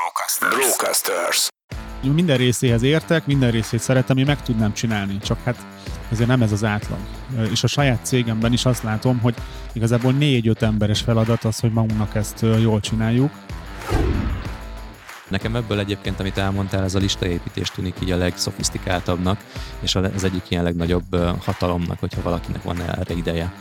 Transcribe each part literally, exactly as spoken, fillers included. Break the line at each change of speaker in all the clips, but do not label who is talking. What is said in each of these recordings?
Brocasters. Brocasters.
Minden részéhez értek, minden részét szeretem, én meg tudnám csinálni, csak hát ezért nem ez az átlag. És a saját cégemben is azt látom, hogy igazából négy-öt emberes feladat az, hogy magunknak ezt jól csináljuk.
Nekem ebből egyébként, amit elmondtál, ez a listaépítés tűnik így a legszofisztikáltabbnak, és az egyik ilyen legnagyobb hatalomnak, hogyha valakinek van erre ideje.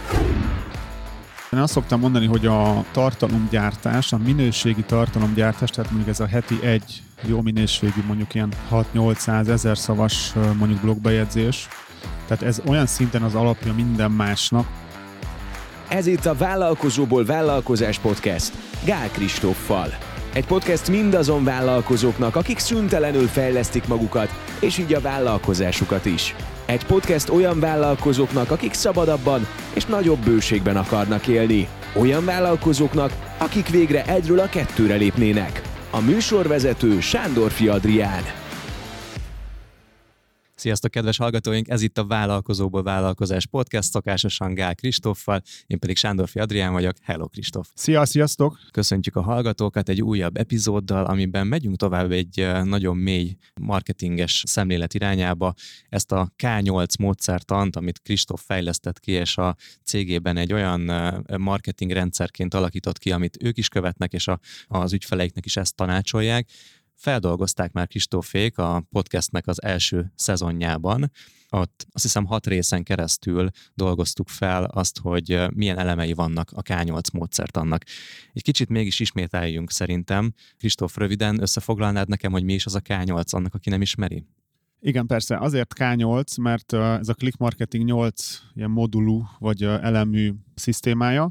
Én azt szoktam mondani, hogy a tartalomgyártás, a minőségi tartalomgyártás, tehát mondjuk ez a heti egy jó minőségű, mondjuk ilyen hat-nyolcszáz ezer szavas mondjuk blogbejegyzés, tehát ez olyan szinten az alapja minden másnak.
Ez itt a Vállalkozóból Vállalkozás Podcast Gál Kristóffal. Egy podcast mindazon vállalkozóknak, akik szüntelenül fejlesztik magukat, és így a vállalkozásukat is. Egy podcast olyan vállalkozóknak, akik szabadabban és nagyobb bőségben akarnak élni. Olyan vállalkozóknak, akik végre egyről a kettőre lépnének. A műsorvezető Sándorfi Adrián.
Sziasztok, kedves hallgatóink! Ez itt a Vállalkozóból Vállalkozás Podcast, szokásosan Gál Kristóffal, én pedig Sándorfi Adrián vagyok. Hello, Kristóf!
Szia, sziasztok!
Köszöntjük a hallgatókat egy újabb epizóddal, amiben megyünk tovább egy nagyon mély marketinges szemlélet irányába. Ezt a ká nyolc módszertant, amit Kristóf fejlesztett ki, és a cégében egy olyan marketing rendszerként alakított ki, amit ők is követnek, és a, az ügyfeleiknek is ezt tanácsolják. Feldolgozták már Kristófék a podcastnek az első szezonjában. Ott azt hiszem hat részen keresztül dolgoztuk fel azt, hogy milyen elemei vannak a ká nyolc módszertannak. Egy kicsit mégis ismételjünk szerintem. Kristóf, röviden összefoglalnád nekem, hogy mi is az a ká nyolc annak, aki nem ismeri?
Igen, persze. Azért ká nyolc, mert ez a Click Marketing nyolc ilyen modulú vagy elemű szisztémája.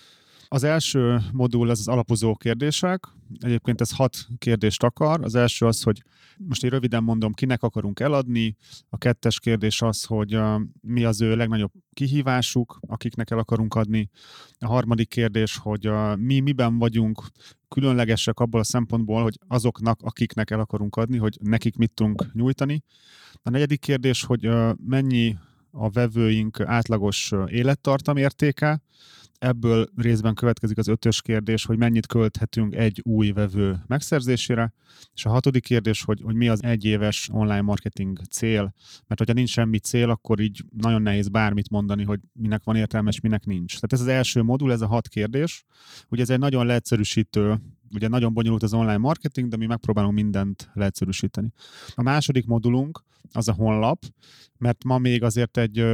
Az első modul az az alapozó kérdések. Egyébként ez hat kérdést akar. Az első az, hogy most én röviden mondom, kinek akarunk eladni. A kettes kérdés az, hogy uh, mi az ő legnagyobb kihívásuk, akiknek el akarunk adni. A harmadik kérdés, hogy uh, mi miben vagyunk különlegesek abból a szempontból, hogy azoknak, akiknek el akarunk adni, hogy nekik mit tudunk nyújtani. A negyedik kérdés, hogy uh, mennyi a vevőink átlagos élettartam értéke. Ebből részben következik az ötös kérdés, hogy mennyit költhetünk egy új vevő megszerzésére, és a hatodik kérdés, hogy, hogy mi az egyéves online marketing cél, mert hogyha nincs semmi cél, akkor így nagyon nehéz bármit mondani, hogy minek van értelme, és minek nincs. Tehát ez az első modul, ez a hat kérdés. Ugye ez egy nagyon leegyszerűsítő, ugye nagyon bonyolult az online marketing, de mi megpróbálunk mindent leegyszerűsíteni. A második modulunk az a honlap, mert ma még azért egy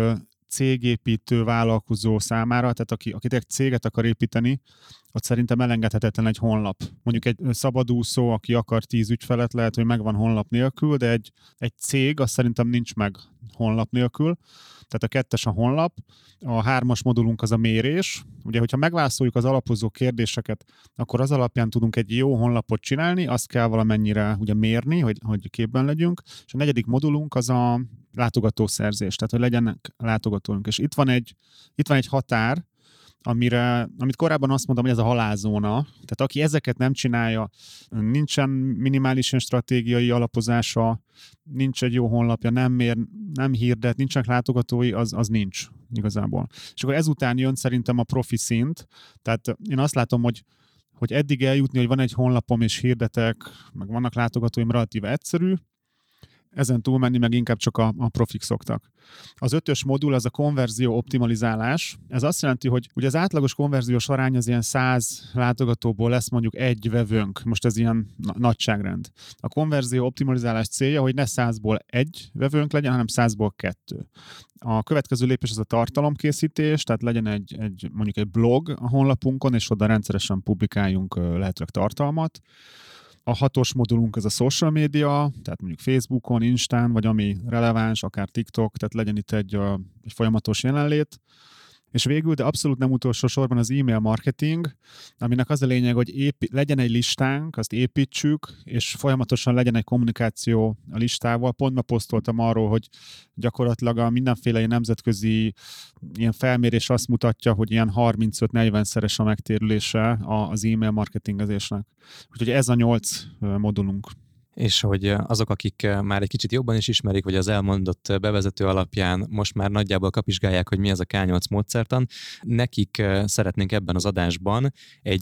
cégépítő vállalkozó számára, tehát aki, aki egy céget akar építeni, ott szerintem elengedhetetlen egy honlap. Mondjuk egy szabadúszó, aki akar tíz ügyfelet, lehet, hogy megvan honlap nélkül, de egy, egy cég, azt szerintem nincs meg honlap nélkül. Tehát a kettes a honlap, a hármas modulunk az a mérés. Ugye, hogyha megválaszoljuk az alapozó kérdéseket, akkor az alapján tudunk egy jó honlapot csinálni, azt kell valamennyire ugye mérni, hogy, hogy képben legyünk. És a negyedik modulunk az a látogatószerzés, tehát hogy legyenek látogatóink. És itt van egy, itt van egy határ, amire, amit korábban azt mondtam, hogy ez a halálzóna. Tehát aki ezeket nem csinálja, nincsen minimális stratégiai alapozása, nincs egy jó honlapja, nem mér, nem hirdet, nincsenek látogatói, az, az nincs igazából. És akkor ezután jön szerintem a profi szint. Tehát én azt látom, hogy hogy eddig eljutni, hogy van egy honlapom és hirdetek, meg vannak látogatóim, relatíve egyszerű. Ezen túlmenni meg inkább csak a, a profik szoktak. Az ötös modul az a konverzió optimalizálás. Ez azt jelenti, hogy ugye az átlagos konverziós arány az ilyen száz látogatóból lesz mondjuk egy vevőnk. Most ez ilyen na- nagyságrend. A konverzió optimalizálás célja, hogy ne százból egy vevőnk legyen, hanem százból kettő. A következő lépés az a tartalomkészítés, tehát legyen egy, egy mondjuk egy blog a honlapunkon, és oda rendszeresen publikáljunk lehetőleg tartalmat. A hatos modulunk az a social media, tehát mondjuk Facebookon, Instán, vagy ami releváns, akár TikTok, tehát legyen itt egy, egy folyamatos jelenlét. És végül, de abszolút nem utolsó sorban az e-mail marketing, aminek az a lényeg, hogy épi, legyen egy listánk, azt építsük, és folyamatosan legyen egy kommunikáció a listával. Pont ma posztoltam arról, hogy gyakorlatilag a mindenféle nemzetközi ilyen felmérés azt mutatja, hogy ilyen harmincöt-negyven szeres a megtérülése az e-mail marketingezésnek. Úgyhogy ez a nyolc modulunk.
És hogy azok, akik már egy kicsit jobban is ismerik, vagy az elmondott bevezető alapján most már nagyjából kapizsgálják, hogy mi ez a ká nyolc módszertan, nekik szeretnénk ebben az adásban egy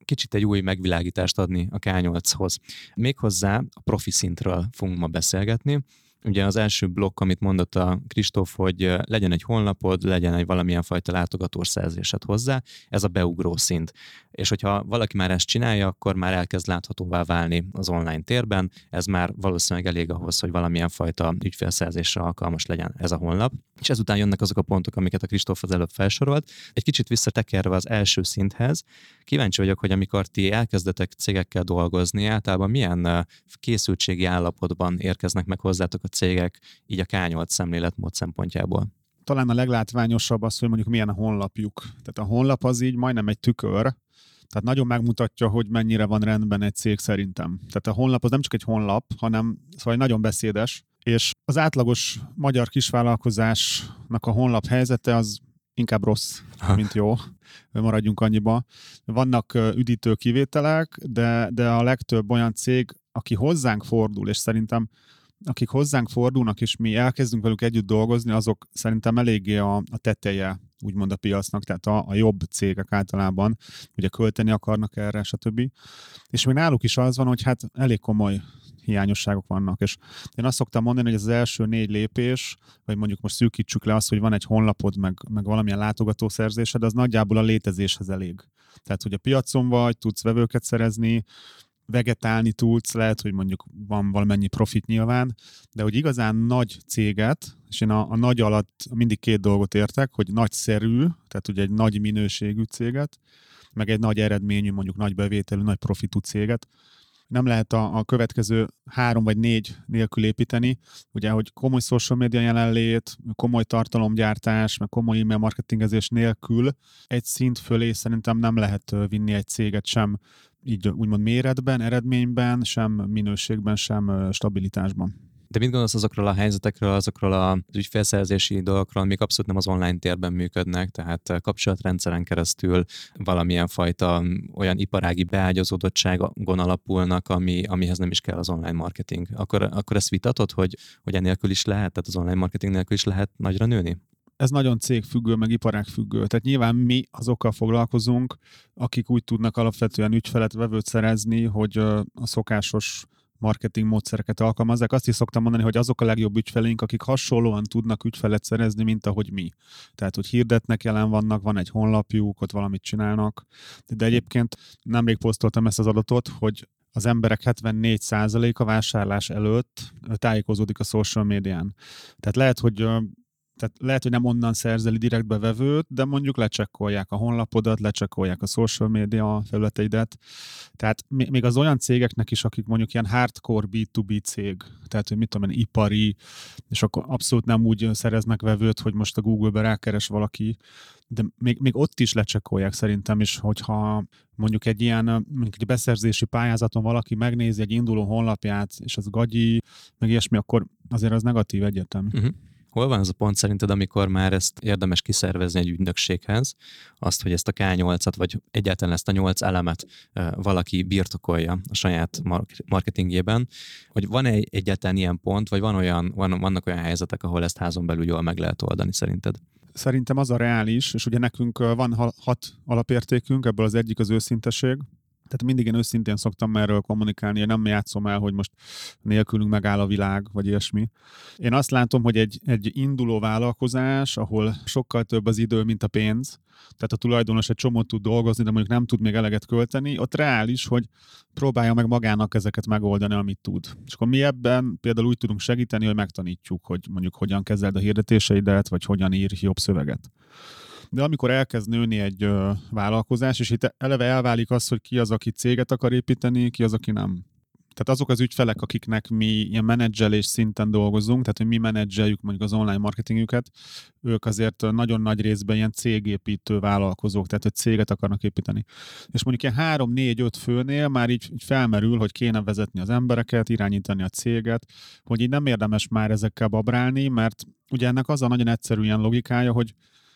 kicsit egy új megvilágítást adni a ká nyolchoz. Méghozzá a profi szintről fogunk ma beszélgetni. Ugye az első blokk, amit mondott a Kristóf, hogy legyen egy honlapod, legyen egy valamilyen fajta látogatós szerzésed hozzá, ez a beugró szint. És hogyha valaki már ezt csinálja, akkor már elkezd láthatóvá válni az online térben, ez már valószínűleg elég ahhoz, hogy valamilyen fajta ügyfélszerzésre alkalmas legyen ez a honlap. És ezután jönnek azok a pontok, amiket a Kristóf az előbb felsorolt. Egy kicsit visszatekerve az első szinthez, kíváncsi vagyok, hogy amikor ti elkezdetek cégekkel dolgozni, általában milyen készültségi állapotban érkeznek meg hozzátok a cégek, így a ká nyolc szemléletmód szempontjából?
Talán a leglátványosabb az, hogy mondjuk milyen a honlapjuk. Tehát a honlap az így majdnem egy tükör, tehát nagyon megmutatja, hogy mennyire van rendben egy cég szerintem. Tehát a honlap az nem csak egy honlap, hanem szóval nagyon beszédes, és az átlagos magyar kisvállalkozásnak a honlap helyzete az inkább rossz, mint jó. Maradjunk annyiba. Vannak üdítő kivételek, de, de a legtöbb olyan cég, aki hozzánk fordul, és szerintem akik hozzánk fordulnak, és mi elkezdünk velük együtt dolgozni, azok szerintem eléggé a, a teteje, úgymond a piacnak, tehát a, a jobb cégek általában, ugye költeni akarnak erre, stb. És még náluk is az van, hogy hát elég komoly hiányosságok vannak, és én azt szoktam mondani, hogy ez az első négy lépés, vagy mondjuk most szűkítsük le azt, hogy van egy honlapod, meg, meg valamilyen látogatószerzésed, az nagyjából a létezéshez elég. Tehát, hogy a piacon vagy, tudsz vevőket szerezni, vegetálni tudsz, lehet, hogy mondjuk van valamennyi profit nyilván, de hogy igazán nagy céget, és én a, a nagy alatt mindig két dolgot értek, hogy nagyszerű, tehát ugye egy nagy minőségű céget, meg egy nagy eredményű, mondjuk nagy bevételű, nagy profitú céget. Nem lehet a, a következő három vagy négy nélkül építeni, ugye, hogy komoly social media jelenlét, komoly tartalomgyártás, meg komoly e-mail marketingezés nélkül egy szint fölé szerintem nem lehet vinni egy céget sem így úgymond méretben, eredményben, sem minőségben, sem stabilitásban.
De mit gondolsz azokról a helyzetekről, azokról az ügyfélszerzési dolgokról, amik abszolút nem az online térben működnek, tehát kapcsolatrendszeren keresztül valamilyen fajta olyan iparági beágyazódottságon alapulnak, ami, amihez nem is kell az online marketing. Akkor, akkor ezt vitatod, hogy, hogy enélkül is lehet, tehát az online marketing nélkül is lehet nagyra nőni?
Ez nagyon cégfüggő, meg iparágfüggő. Tehát nyilván mi azokkal foglalkozunk, akik úgy tudnak alapvetően ügyfelet, vevőt szerezni, hogy a szokásos marketing módszereket alkalmazzák. Azt is szoktam mondani, hogy azok a legjobb ügyfeleink, akik hasonlóan tudnak ügyfelet szerezni, mint ahogy mi. Tehát, hogy hirdetnek, jelen vannak, van egy honlapjuk, ott valamit csinálnak. De egyébként nemrég posztoltam ezt az adatot, hogy az emberek hetvennégy százaléka vásárlás előtt tájékozódik a social médián. Tehát lehet, hogy Tehát lehet, hogy nem onnan szerzeli direktbe vevőt, de mondjuk lecsekkolják a honlapodat, lecsekkolják a social media felületeidet. Tehát még az olyan cégeknek is, akik mondjuk ilyen hardcore bé kettő bé cég, tehát hogy mit tudom én, ipari, és akkor abszolút nem úgy szereznek vevőt, hogy most a Google-be rákeres valaki, de még, még ott is lecsekkolják szerintem is, hogyha mondjuk egy ilyen mondjuk egy beszerzési pályázaton valaki megnézi egy induló honlapját, és az gagyi, meg ilyesmi, akkor azért az negatív egyértelmű.
Uh-huh. Hol van az a pont szerinted, amikor már ezt érdemes kiszervezni egy ügynökséghez, azt, hogy ezt a ká nyolcat, vagy egyáltalán ezt a nyolc elemet valaki birtokolja a saját marketingjében, hogy van-e egyáltalán ilyen pont, vagy van olyan, van, vannak olyan helyzetek, ahol ezt házon belül jól meg lehet oldani szerinted?
Szerintem az a reális, és ugye nekünk van hat alapértékünk, ebből az egyik az őszinteség. Tehát mindig én őszintén szoktam erről kommunikálni, én nem játszom el, hogy most nélkülünk megáll a világ, vagy ilyesmi. Én azt látom, hogy egy, egy induló vállalkozás, ahol sokkal több az idő, mint a pénz, tehát a tulajdonos egy csomót tud dolgozni, de mondjuk nem tud még eleget költeni, ott reális, hogy próbálja meg magának ezeket megoldani, amit tud. És akkor mi ebben például úgy tudunk segíteni, hogy megtanítjuk, hogy mondjuk hogyan kezeld a hirdetéseidet, vagy hogyan ír jobb szöveget. De amikor elkezd nőni egy ö, vállalkozás, és itt eleve elválik az, hogy ki az, aki céget akar építeni, ki az, aki nem. Tehát azok az ügyfelek, akiknek mi ilyen menedzselés szinten dolgozunk, tehát hogy mi menedzseljük mondjuk az online marketingüket, ők azért nagyon nagy részben ilyen cégépítő vállalkozók, tehát hogy céget akarnak építeni. És mondjuk ilyen három, négy, öt főnél már így, így felmerül, hogy kéne vezetni az embereket, irányítani a céget, hogy így nem érdemes már ezekkel babrálni, mert ugye ennek az a nagyon egyszerű ilyen logikája, hogy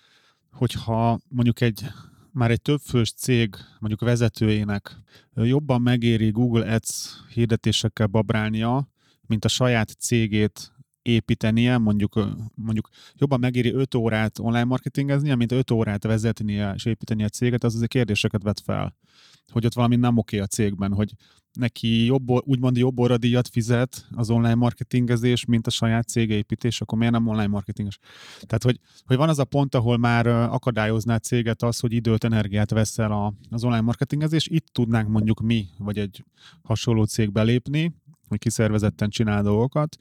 hogyha mondjuk egy, már egy többfős cég, mondjuk vezetőjének jobban megéri Google Ads hirdetésekkel babrálnia, mint a saját cégét építenie, mondjuk, mondjuk jobban megéri öt órát online marketingeznie, mint öt órát vezetnie és építeni a céget, az azért kérdéseket vet fel. hogy ott valami nem oké a cégben, hogy neki jobb, úgymond jobb óradíjat fizet az online marketingezés, mint a saját cégépítés, akkor miért nem online marketinges? Tehát, hogy, hogy van az a pont, ahol már akadályozná a céget az, hogy időt, energiát vesz el a, az online marketingezés. Itt tudnánk mondjuk mi, vagy egy hasonló cég belépni, hogy kiszervezetten csinál dolgokat.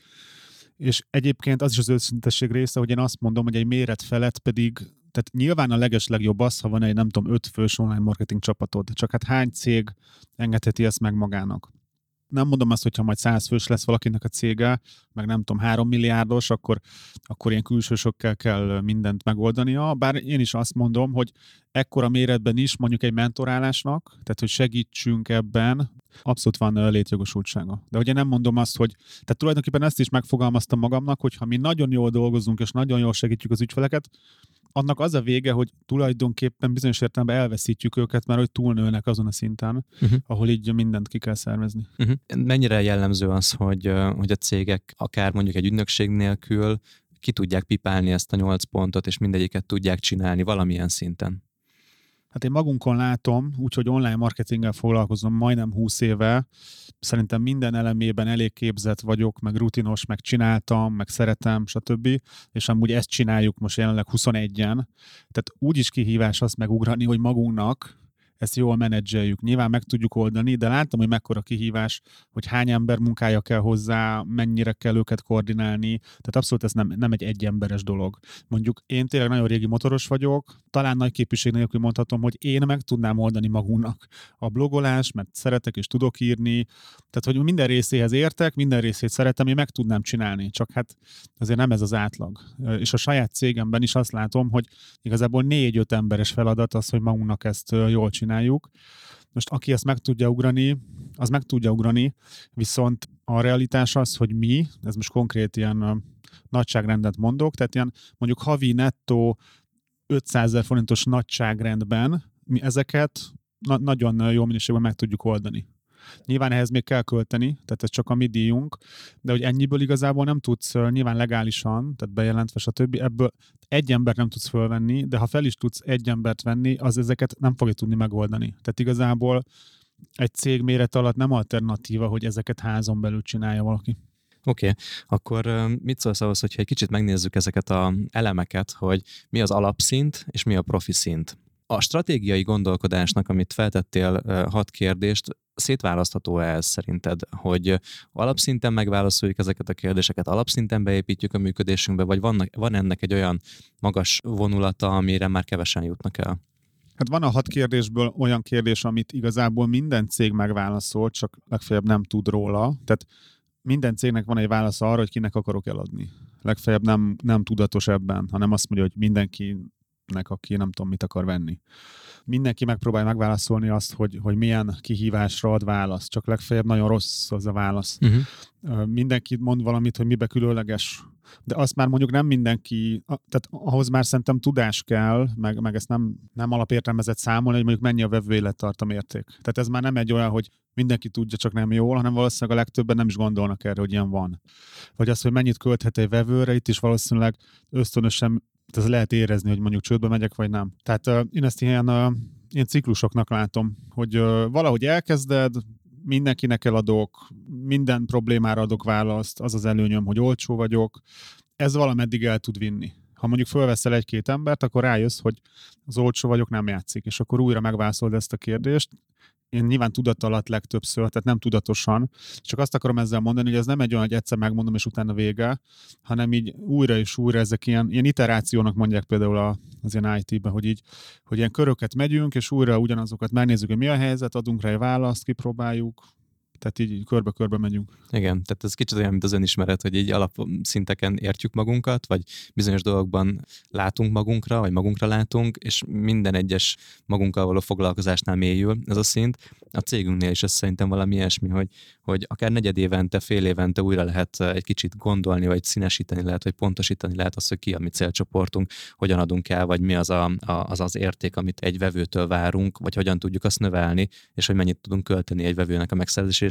És egyébként az is az őszintesség része, hogy én azt mondom, hogy egy méret felett pedig, tehát nyilván a legeslegjobb az, ha van egy nem tudom öt fős online marketing csapatod, csak hát hány cég engedheti ezt meg magának? Nem mondom azt, hogyha majd száz fős lesz valakinek a cége, meg nem tudom, három milliárdos, akkor, akkor ilyen külsősökkel kell mindent megoldania. Bár én is azt mondom, hogy ekkora méretben is mondjuk egy mentorálásnak, tehát hogy segítsünk ebben, abszolút van létjogosultsága. De ugye nem mondom azt, hogy, tehát tulajdonképpen ezt is megfogalmaztam magamnak, hogy ha mi nagyon jól dolgozunk, és nagyon jól segítjük az ügyfeleket, annak az a vége, hogy tulajdonképpen bizonyos értelemben elveszítjük őket, mert hogy túlnőnek azon a szinten, uh-huh. ahol így mindent ki kell szervezni.
Uh-huh. Mennyire jellemző az, hogy, hogy a cégek akár mondjuk egy ügynökség nélkül ki tudják pipálni ezt a nyolc pontot, és mindegyiket tudják csinálni valamilyen szinten?
Hát én magunkon látom, úgyhogy online marketinggel foglalkozom majdnem húsz éve. Szerintem minden elemében elég képzett vagyok, meg rutinos, meg csináltam, meg szeretem, stb. És amúgy ezt csináljuk most jelenleg huszonegyen. Tehát úgy is kihívás azt megugrani, hogy magunknak ezt jól menedzseljük. Nyilván meg tudjuk oldani, de láttam, hogy mekkora kihívás, hogy hány ember munkája kell hozzá, mennyire kell őket koordinálni. Tehát abszolút ez nem, nem egy egyemberes dolog. Mondjuk én tényleg nagyon régi motoros vagyok, talán nagy képviség nélkül mondhatom, hogy én meg tudnám oldani magunknak a blogolás, mert szeretek és tudok írni. Tehát, hogy minden részéhez értek, minden részét szeretem, én meg tudnám csinálni. Csak hát azért nem ez az átlag. És a saját cégemben is azt látom, hogy igazából négy-öt emberes feladat az, hogy magunknak ezt jól csináljuk. Most aki ezt meg tudja ugrani, az meg tudja ugrani, viszont a realitás az, hogy mi, ez most konkrét ilyen nagyságrendet mondok, tehát ilyen mondjuk havi nettó ötszázezer forintos nagyságrendben mi ezeket na- nagyon jó minőségben meg tudjuk oldani. Nyilván ehhez még kell költeni, tehát ez csak a mi díjunk, de hogy ennyiből igazából nem tudsz nyilván legálisan, tehát bejelentve, stb. Ebből egy embert nem tudsz fölvenni, de ha fel is tudsz egy embert venni, az ezeket nem fogja tudni megoldani. Tehát igazából egy cég méret alatt nem alternatíva, hogy ezeket házon belül csinálja valaki.
Oké, okay. Akkor mit szólsz ahhoz, hogyha egy kicsit megnézzük ezeket az elemeket, hogy mi az alapszint és mi a profi szint? A stratégiai gondolkodásnak, amit feltettél hat kérdést, szétválasztható-e ez szerinted, hogy alapszinten megválaszoljuk ezeket a kérdéseket, alapszinten beépítjük a működésünkbe, vagy vannak, van ennek egy olyan magas vonulata, amire már kevesen jutnak el?
Hát van a hat kérdésből olyan kérdés, amit igazából minden cég megválaszol, csak legfeljebb nem tud róla. Tehát minden cégnek van egy válasza arra, hogy kinek akarok eladni. Legfeljebb nem, nem tudatos ebben, hanem azt mondja, hogy mindenki nek, aki nem tudom, mit akar venni. Mindenki megpróbálja megválaszolni azt, hogy, hogy milyen kihívásra ad választ, csak legfeljebb nagyon rossz az a válasz. Uh-huh. Mindenki mond valamit, hogy mibe különleges, de azt már mondjuk nem mindenki, tehát ahhoz már szerintem tudás kell, meg, meg ezt nem, nem alapértelmezett számolni, hogy mondjuk mennyi a vevő élettartam érték. Tehát ez már nem egy olyan, hogy mindenki tudja, csak nem jól, hanem valószínűleg a legtöbben nem is gondolnak erre, hogy ilyen van. Vagy az, hogy mennyit költhet egy vevőre, itt is valószínűleg ösztönösen ez lehet érezni, hogy mondjuk csődbe megyek, vagy nem. Tehát uh, én ezt ilyen, uh, ilyen ciklusoknak látom, hogy uh, valahogy elkezded, mindenkinek eladok, minden problémára adok választ, az az előnyöm, hogy olcsó vagyok, ez valameddig el tud vinni. Ha mondjuk fölveszel egy-két embert, akkor rájössz, hogy az olcsó vagyok nem játszik, és akkor újra megválaszolod ezt a kérdést. Én nyilván tudat alatt legtöbbször, tehát nem tudatosan, csak azt akarom ezzel mondani, hogy ez nem egy olyan, hogy egyszer megmondom, és utána vége, hanem így újra és újra ezek ilyen, ilyen iterációnak mondják például az ilyen í té-ben, hogy így, hogy ilyen köröket megyünk, és újra ugyanazokat megnézzük, hogy mi a helyzet, adunk rá egy választ, kipróbáljuk, tehát így körbe-körbe megyünk. Igen,
tehát ez kicsit olyan, mint az önismeret, hogy így alapszinteken értjük magunkat, vagy bizonyos dolgokban látunk magunkra, vagy magunkra látunk, és minden egyes magunkkal való foglalkozásnál mélyül ez a szint. A cégünknél is ez szerintem valami ilyesmi, hogy, hogy akár negyed évente, fél évente újra lehet egy kicsit gondolni, vagy színesíteni lehet, vagy pontosítani lehet azt, hogy ki a mi célcsoportunk, hogyan adunk el, vagy mi az, a, a, az az érték, amit egy vevőtől várunk, vagy hogyan tudjuk azt növelni, és hogy mennyit tudunk költeni egy vevőnek a megszerzésére,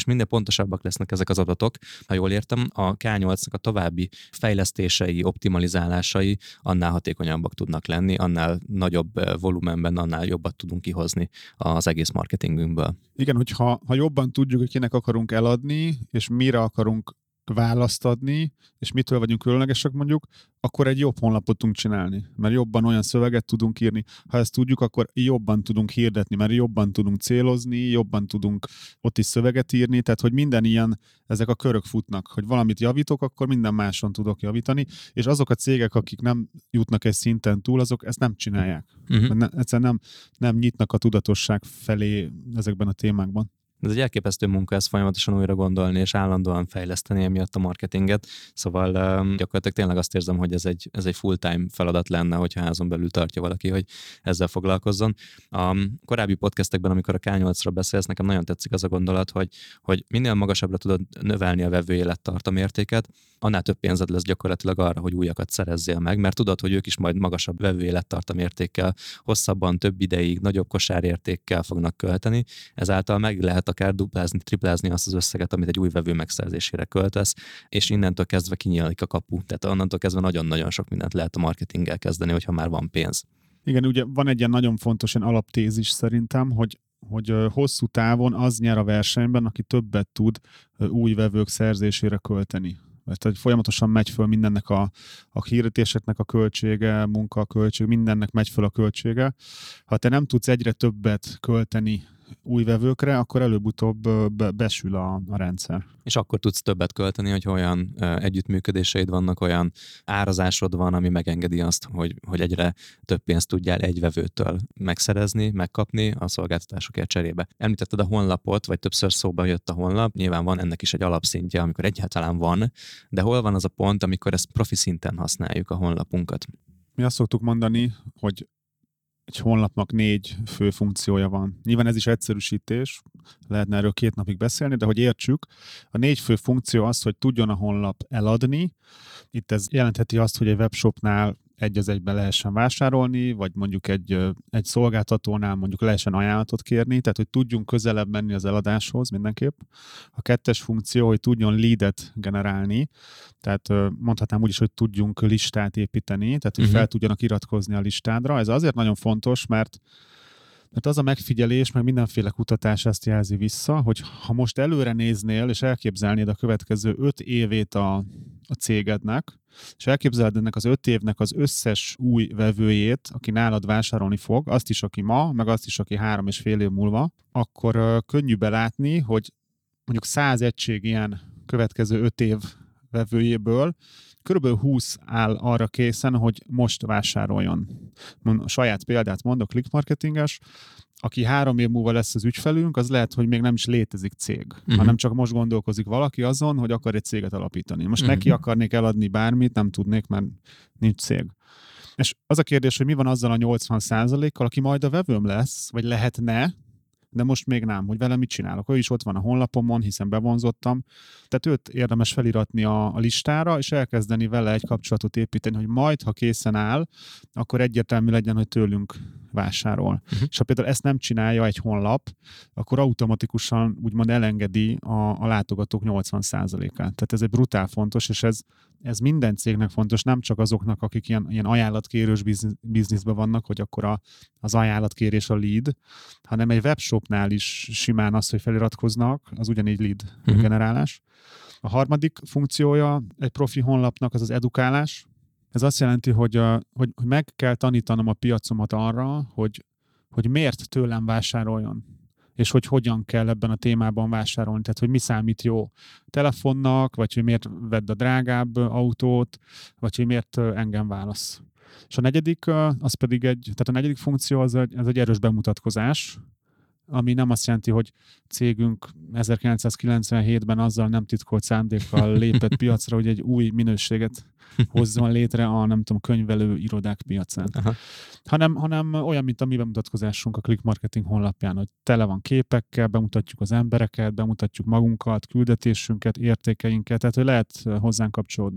és minél pontosabbak lesznek ezek az adatok, ha jól értem, a ká nyolcnak a további fejlesztései, optimalizálásai annál hatékonyabbak tudnak lenni, annál nagyobb volumenben, annál jobbat tudunk kihozni az egész marketingünkből.
Igen, hogyha ha jobban tudjuk, hogy kinek akarunk eladni, és mire akarunk választ adni, és mitől vagyunk különlegesek mondjuk, akkor egy jobb honlapot tudunk csinálni, mert jobban olyan szöveget tudunk írni. Ha ezt tudjuk, akkor jobban tudunk hirdetni, mert jobban tudunk célozni, jobban tudunk ott is szöveget írni, tehát hogy minden ilyen, ezek a körök futnak, hogy valamit javítok, akkor minden máson tudok javítani, és azok a cégek, akik nem jutnak egy szinten túl, azok ezt nem csinálják. Uh-huh. Ne, egyszerűen nem, nem nyitnak a tudatosság felé ezekben a témákban.
Ez egy elképesztő munka, ezt folyamatosan újra gondolni, és állandóan fejleszteni emiatt a marketinget. Szóval gyakorlatilag tényleg azt érzem, hogy ez egy, ez egy full-time feladat lenne, hogyha házon belül tartja valaki, hogy ezzel foglalkozzon. A korábbi podcastekben, amikor a ká nyolcról beszélsz, nekem nagyon tetszik az a gondolat, hogy, hogy minél magasabbra tudod növelni a vevő élettartam értéket, annál több pénzed lesz gyakorlatilag arra, hogy újakat szerezzél meg, mert tudod, hogy ők is majd magasabb vevő élettartam értékkel, hosszabban, több ideig, nagyobb kosárértékkel fognak költeni, ezáltal meg lehet akár duplázni, triplázni azt az összeget, amit egy új vevő megszerzésére költesz, és innentől kezdve kinyílik a kapu. Tehát onnantól kezdve nagyon-nagyon sok mindent lehet a marketinggel kezdeni, hogyha már van pénz.
Igen, ugye van egy ilyen nagyon fontos ilyen alaptézis szerintem, hogy hogy hosszú távon az nyer a versenyben, aki többet tud új vevők szerzésére költeni. Mert hogy folyamatosan megy föl mindennek a, a hirdetéseknek a költsége, munkaköltség, mindennek megy föl a költsége. Ha te nem tudsz egyre többet költeni új vevőkre, akkor előbb-utóbb be, besül a, a rendszer.
És akkor tudsz többet költeni, hogy olyan uh, együttműködéseid vannak, olyan árazásod van, ami megengedi azt, hogy, hogy egyre több pénzt tudjál egy vevőtől megszerezni, megkapni a szolgáltatásokért cserébe. Említetted a honlapot, vagy többször szóba jött a honlap, nyilván van ennek is egy alapszintje, amikor egyáltalán van, de hol van az a pont, amikor ezt profi szinten használjuk a honlapunkat?
Mi azt szoktuk mondani, hogy egy honlapnak négy fő funkciója van. Nyilván ez is egyszerűsítés, lehetne erről két napig beszélni, de hogy értsük, a négy fő funkció az, hogy tudjon a honlap eladni. Itt ez jelentheti azt, hogy egy webshopnál egy az egyben lehessen vásárolni, vagy mondjuk egy, egy szolgáltatónál mondjuk lehessen ajánlatot kérni, tehát hogy tudjunk közelebb menni az eladáshoz mindenképp. A kettes funkció, hogy tudjon leadet generálni, tehát mondhatnám úgy is, hogy tudjunk listát építeni, tehát hogy uh-huh. fel tudjanak iratkozni a listádra. Ez azért nagyon fontos, mert Mert az a megfigyelés, meg mindenféle kutatás ezt jelzi vissza, hogy ha most előre néznél, és elképzelnéd a következő öt évét a, a cégednek, és elképzeled ennek az öt évnek az összes új vevőjét, aki nálad vásárolni fog, azt is, aki ma, meg azt is, aki három és fél év múlva, akkor uh, könnyű belátni, hogy mondjuk száz egység ilyen következő öt év vevőjéből körülbelül húsz áll arra készen, hogy most vásároljon. A saját példát mondok, clickmarketinges, aki három év múlva lesz az ügyfelünk, az lehet, hogy még nem is létezik cég, uh-huh. hanem csak most gondolkozik valaki azon, hogy akar egy céget alapítani. Most uh-huh. neki akarnék eladni bármit, nem tudnék, mert nincs cég. És az a kérdés, hogy mi van azzal a nyolcvan százalékkal, aki majd a vevőm lesz, vagy lehetne, de most még nem, hogy vele mit csinálok. Ő is ott van a honlapomon, hiszen bevonzottam. Tehát őt érdemes feliratni a, a listára, és elkezdeni vele egy kapcsolatot építeni, hogy majd, ha készen áll, akkor egyértelmű legyen, hogy tőlünk vásárol. Uh-huh. És ha például ezt nem csinálja egy honlap, akkor automatikusan úgymond elengedi a, a látogatók nyolcvan százalékát. Tehát ez egy brutál fontos, és ez, ez minden cégnek fontos, nem csak azoknak, akik ilyen, ilyen ajánlatkérős bizniszben vannak, hogy akkor a, az ajánlatkérés a lead, hanem egy webshopnál is simán az, hogy feliratkoznak, az ugyanígy lead uh-huh. generálás. A harmadik funkciója egy profi honlapnak az az edukálás. Ez azt jelenti, hogy, hogy, hogy meg kell tanítanom a piacomat arra, hogy, hogy miért tőlem vásároljon, és hogy hogyan kell ebben a témában vásárolni. Tehát, hogy mi számít jó telefonnak, vagy hogy miért vedd a drágább autót, vagy hogy miért engem válasz. És a negyedik, az pedig egy, tehát a negyedik funkció az egy, az egy erős bemutatkozás, ami nem azt jelenti, hogy cégünk ezerkilencszázkilencvenhétben azzal nem titkolt szándékkal lépett piacra, hogy egy új minőséget hozzon létre a, nem tudom, könyvelő irodák piacán. Aha. Hanem, hanem olyan, mint a mi bemutatkozásunk a Click Marketing honlapján, hogy tele van képekkel, bemutatjuk az embereket, bemutatjuk magunkat, küldetésünket, értékeinket, tehát hogy lehet hozzánk kapcsolódni.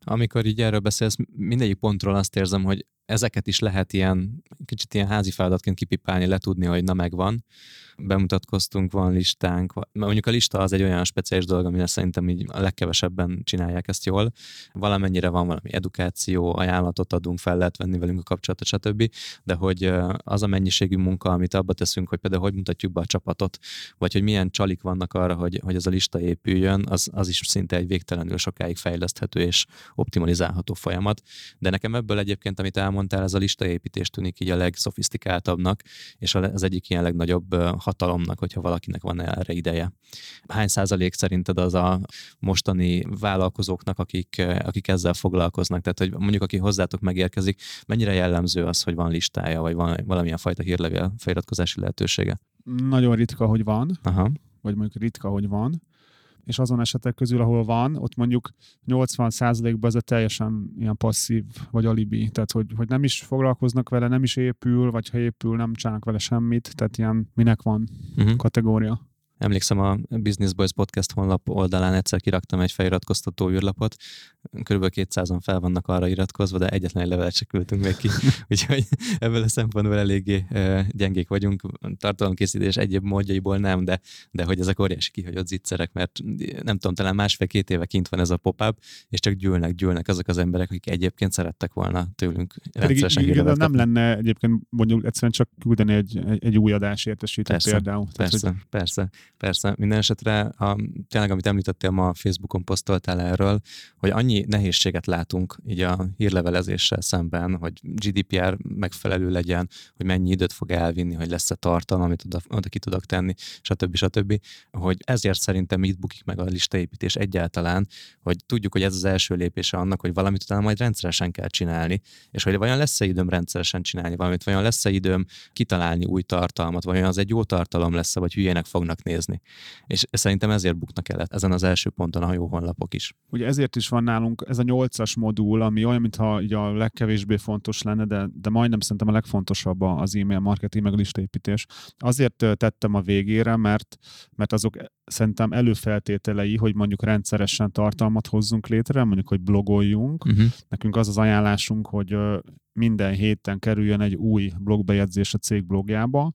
Amikor így erről beszélsz, mindegyik pontról azt érzem, hogy ezeket is lehet ilyen, kicsit ilyen házi feladatként kipipálni, letudni, hogy na megvan. Bemutatkoztunk, van listánk. Mondjuk a lista az egy olyan speciális dolog, amire szerintem így a legkevesebben csinálják ezt jól. Valamennyire van valami edukáció, ajánlatot adunk, fel lehet venni velünk a kapcsolatot, stb. De hogy az a mennyiségű munka, amit abba teszünk, hogy például hogy mutatjuk be a csapatot, vagy hogy milyen csalik vannak arra, hogy, hogy ez a lista épüljön, az, az is szinte egy végtelenül sokáig fejleszthető és optimalizálható folyamat. De nekem ebből egyébként, amit elmondtál, ez a listaépítés tűnik így a legszofisztikáltabbnak, és az egyik ilyen legnagyobb hatalomnak, hogyha valakinek van erre ideje. Hány százalék szerinted az a mostani vállalkozóknak, akik, akik ezzel foglalkoznak? Tehát, hogy mondjuk aki hozzátok megérkezik, mennyire jellemző az, hogy van listája, vagy van valamilyen fajta hírlevél feliratkozási lehetősége?
Nagyon ritka, hogy van,
Aha.
vagy mondjuk ritka, hogy van, és azon esetek közül, ahol van, ott mondjuk nyolcvan százalékban ez a teljesen ilyen passzív, vagy alibi, tehát hogy, hogy nem is foglalkoznak vele, nem is épül, vagy ha épül, nem csinálnak vele semmit, tehát ilyen minek van uh-huh. kategória.
Emlékszem, a Business Boys Podcast honlap oldalán egyszer kiraktam egy feliratkoztató űrlapot, körülbelül kétszázan fel vannak arra iratkozva, de egyetlen egy levelet se küldtünk még ki, úgyhogy ebből a szempontból eléggé gyengék vagyunk, tartalomkészítés egyéb módjaiból nem, de, de hogy ezek óriási kihagyott zicserek, mert nem tudom, talán másfél-két éve kint van ez a pop-up, és csak gyűlnek, gyűlnek azok az emberek, akik egyébként szerettek volna tőlünk rendszeresen hírlevelet kapni.
Nem lenne egyébként mondjuk egyszerűen csak küldeni egy, egy, egy új adás értesítőt például.
Persze,
Tehát, hogy...
persze. Persze, minden esetre a, tényleg, amit említettél, ma a Facebookon posztoltál erről, hogy annyi nehézséget látunk így a hírlevelezéssel szemben, hogy gé dé pé er megfelelő legyen, hogy mennyi időt fog elvinni, hogy lesz-e tartalom, amit oda, oda ki tudok tenni, stb. stb. Hogy ezért szerintem itt bukik meg a listaépítés egyáltalán, hogy tudjuk, hogy ez az első lépése annak, hogy valamit utána majd rendszeresen kell csinálni, és hogy vajon lesz-e időm rendszeresen csinálni valamit, vajon lesz-e időm kitalálni új tartalmat, vajon az egy jó tartalom lesz, vagy hülyének fognak nézni. És szerintem ezért buknak el ezen az első ponton a jó honlapok is.
Ugye ezért is van nálunk ez a nyolcas modul, ami olyan, mintha így a legkevésbé fontos lenne, de, de majdnem szerintem a legfontosabb az e-mail marketing meg listaépítés. Azért tettem a végére, mert, mert azok szerintem előfeltételei, hogy mondjuk rendszeresen tartalmat hozzunk létre, mondjuk, hogy blogoljunk. Uh-huh. Nekünk az az ajánlásunk, hogy minden héten kerüljön egy új blogbejegyzés a cég blogjába,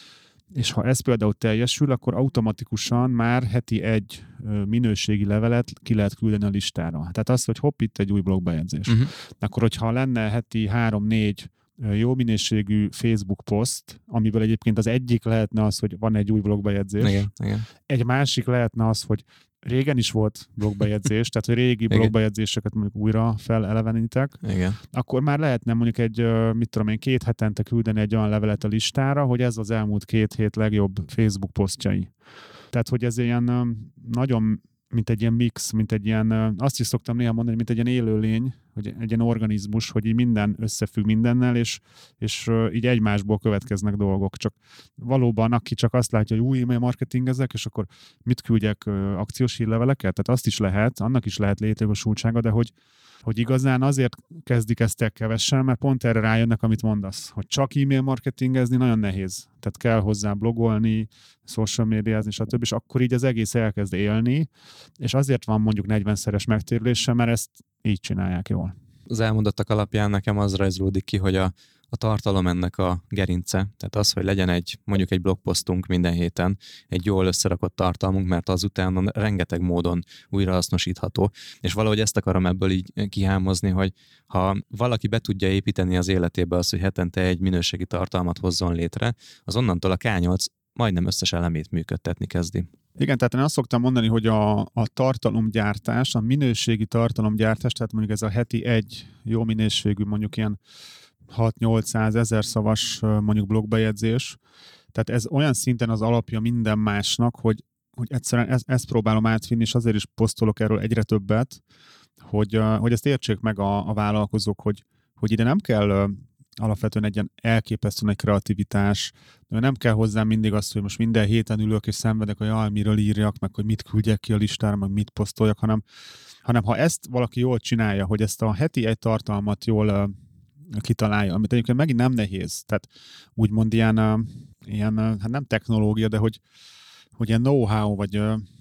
és ha ez például teljesül, akkor automatikusan már heti egy minőségi levelet ki lehet küldeni a listára. Tehát az, hogy hopp, itt egy új blogbejegyzés. Uh-huh. Akkor, hogyha lenne heti három-négy jó minőségű Facebook poszt, amiből egyébként az egyik lehetne az, hogy van egy új blogbejegyzés.
Igen, igen. Egy
másik lehetne az, hogy régen is volt blogbejegyzés, tehát hogy régi igen. blogbejegyzéseket mondjuk újra felelevenítek,
igen.
Akkor már lehetne mondjuk egy, mit tudom én, két hetente küldeni egy olyan levelet a listára, hogy ez az elmúlt két hét legjobb Facebook posztjai. Tehát, hogy ez ilyen nagyon, mint egy ilyen mix, mint egy ilyen, azt is szoktam néha mondani, mint egy ilyen élőlény, hogy egy ilyen organizmus, hogy így minden összefügg mindennel, és, és így egymásból következnek dolgok. Csak valóban, aki csak azt látja, hogy új e-mail marketing ezek, és akkor mit küldjek akciós hírleveleket? Tehát azt is lehet, annak is lehet létjogosultsága, de hogy, hogy igazán azért kezdik ezt el kevesen, mert pont erre rájönnek, amit mondasz, hogy csak e-mail marketingezni nagyon nehéz. Tehát kell hozzá blogolni, social médiázni, stb. És akkor így az egész elkezd élni, és azért van mondjuk negyvenszeres megtérülése, mert ezt így csinálják jól.
Az elmondottak alapján nekem az rajzolódik ki, hogy a, a tartalom ennek a gerince. Tehát az, hogy legyen egy, mondjuk egy blogposztunk minden héten, egy jól összerakott tartalmunk, mert azután rengeteg módon újrahasznosítható. És valahogy ezt akarom ebből így kihámozni, hogy ha valaki be tudja építeni az életébe azt, hogy hetente egy minőségi tartalmat hozzon létre, az onnantól a ká nyolc majdnem összes elemét működtetni kezdi.
Igen, tehát én azt szoktam mondani, hogy a, a tartalomgyártás, a minőségi tartalomgyártás, tehát mondjuk ez a heti egy jó minőségű, mondjuk ilyen hat-nyolcszáz ezer szavas mondjuk blogbejegyzés, tehát ez olyan szinten az alapja minden másnak, hogy, hogy egyszerűen ezt, ezt próbálom átvinni, és azért is posztolok erről egyre többet, hogy, hogy ezt értsék meg a, a vállalkozók, hogy, hogy ide nem kell alapvetően egy ilyen elképesztő nagy kreativitás, nem kell hozzá mindig azt, hogy most minden héten ülök és szenvedek, hogy jaj, miről írjak, meg hogy mit küldjek ki a listára, meg mit posztoljak, hanem, hanem ha ezt valaki jól csinálja, hogy ezt a heti egy tartalmat jól uh, kitalálja, amit egyébként megint nem nehéz, tehát úgymond ilyen, uh, ilyen uh, hát nem technológia, de hogy, hogy ilyen know-how, vagy uh,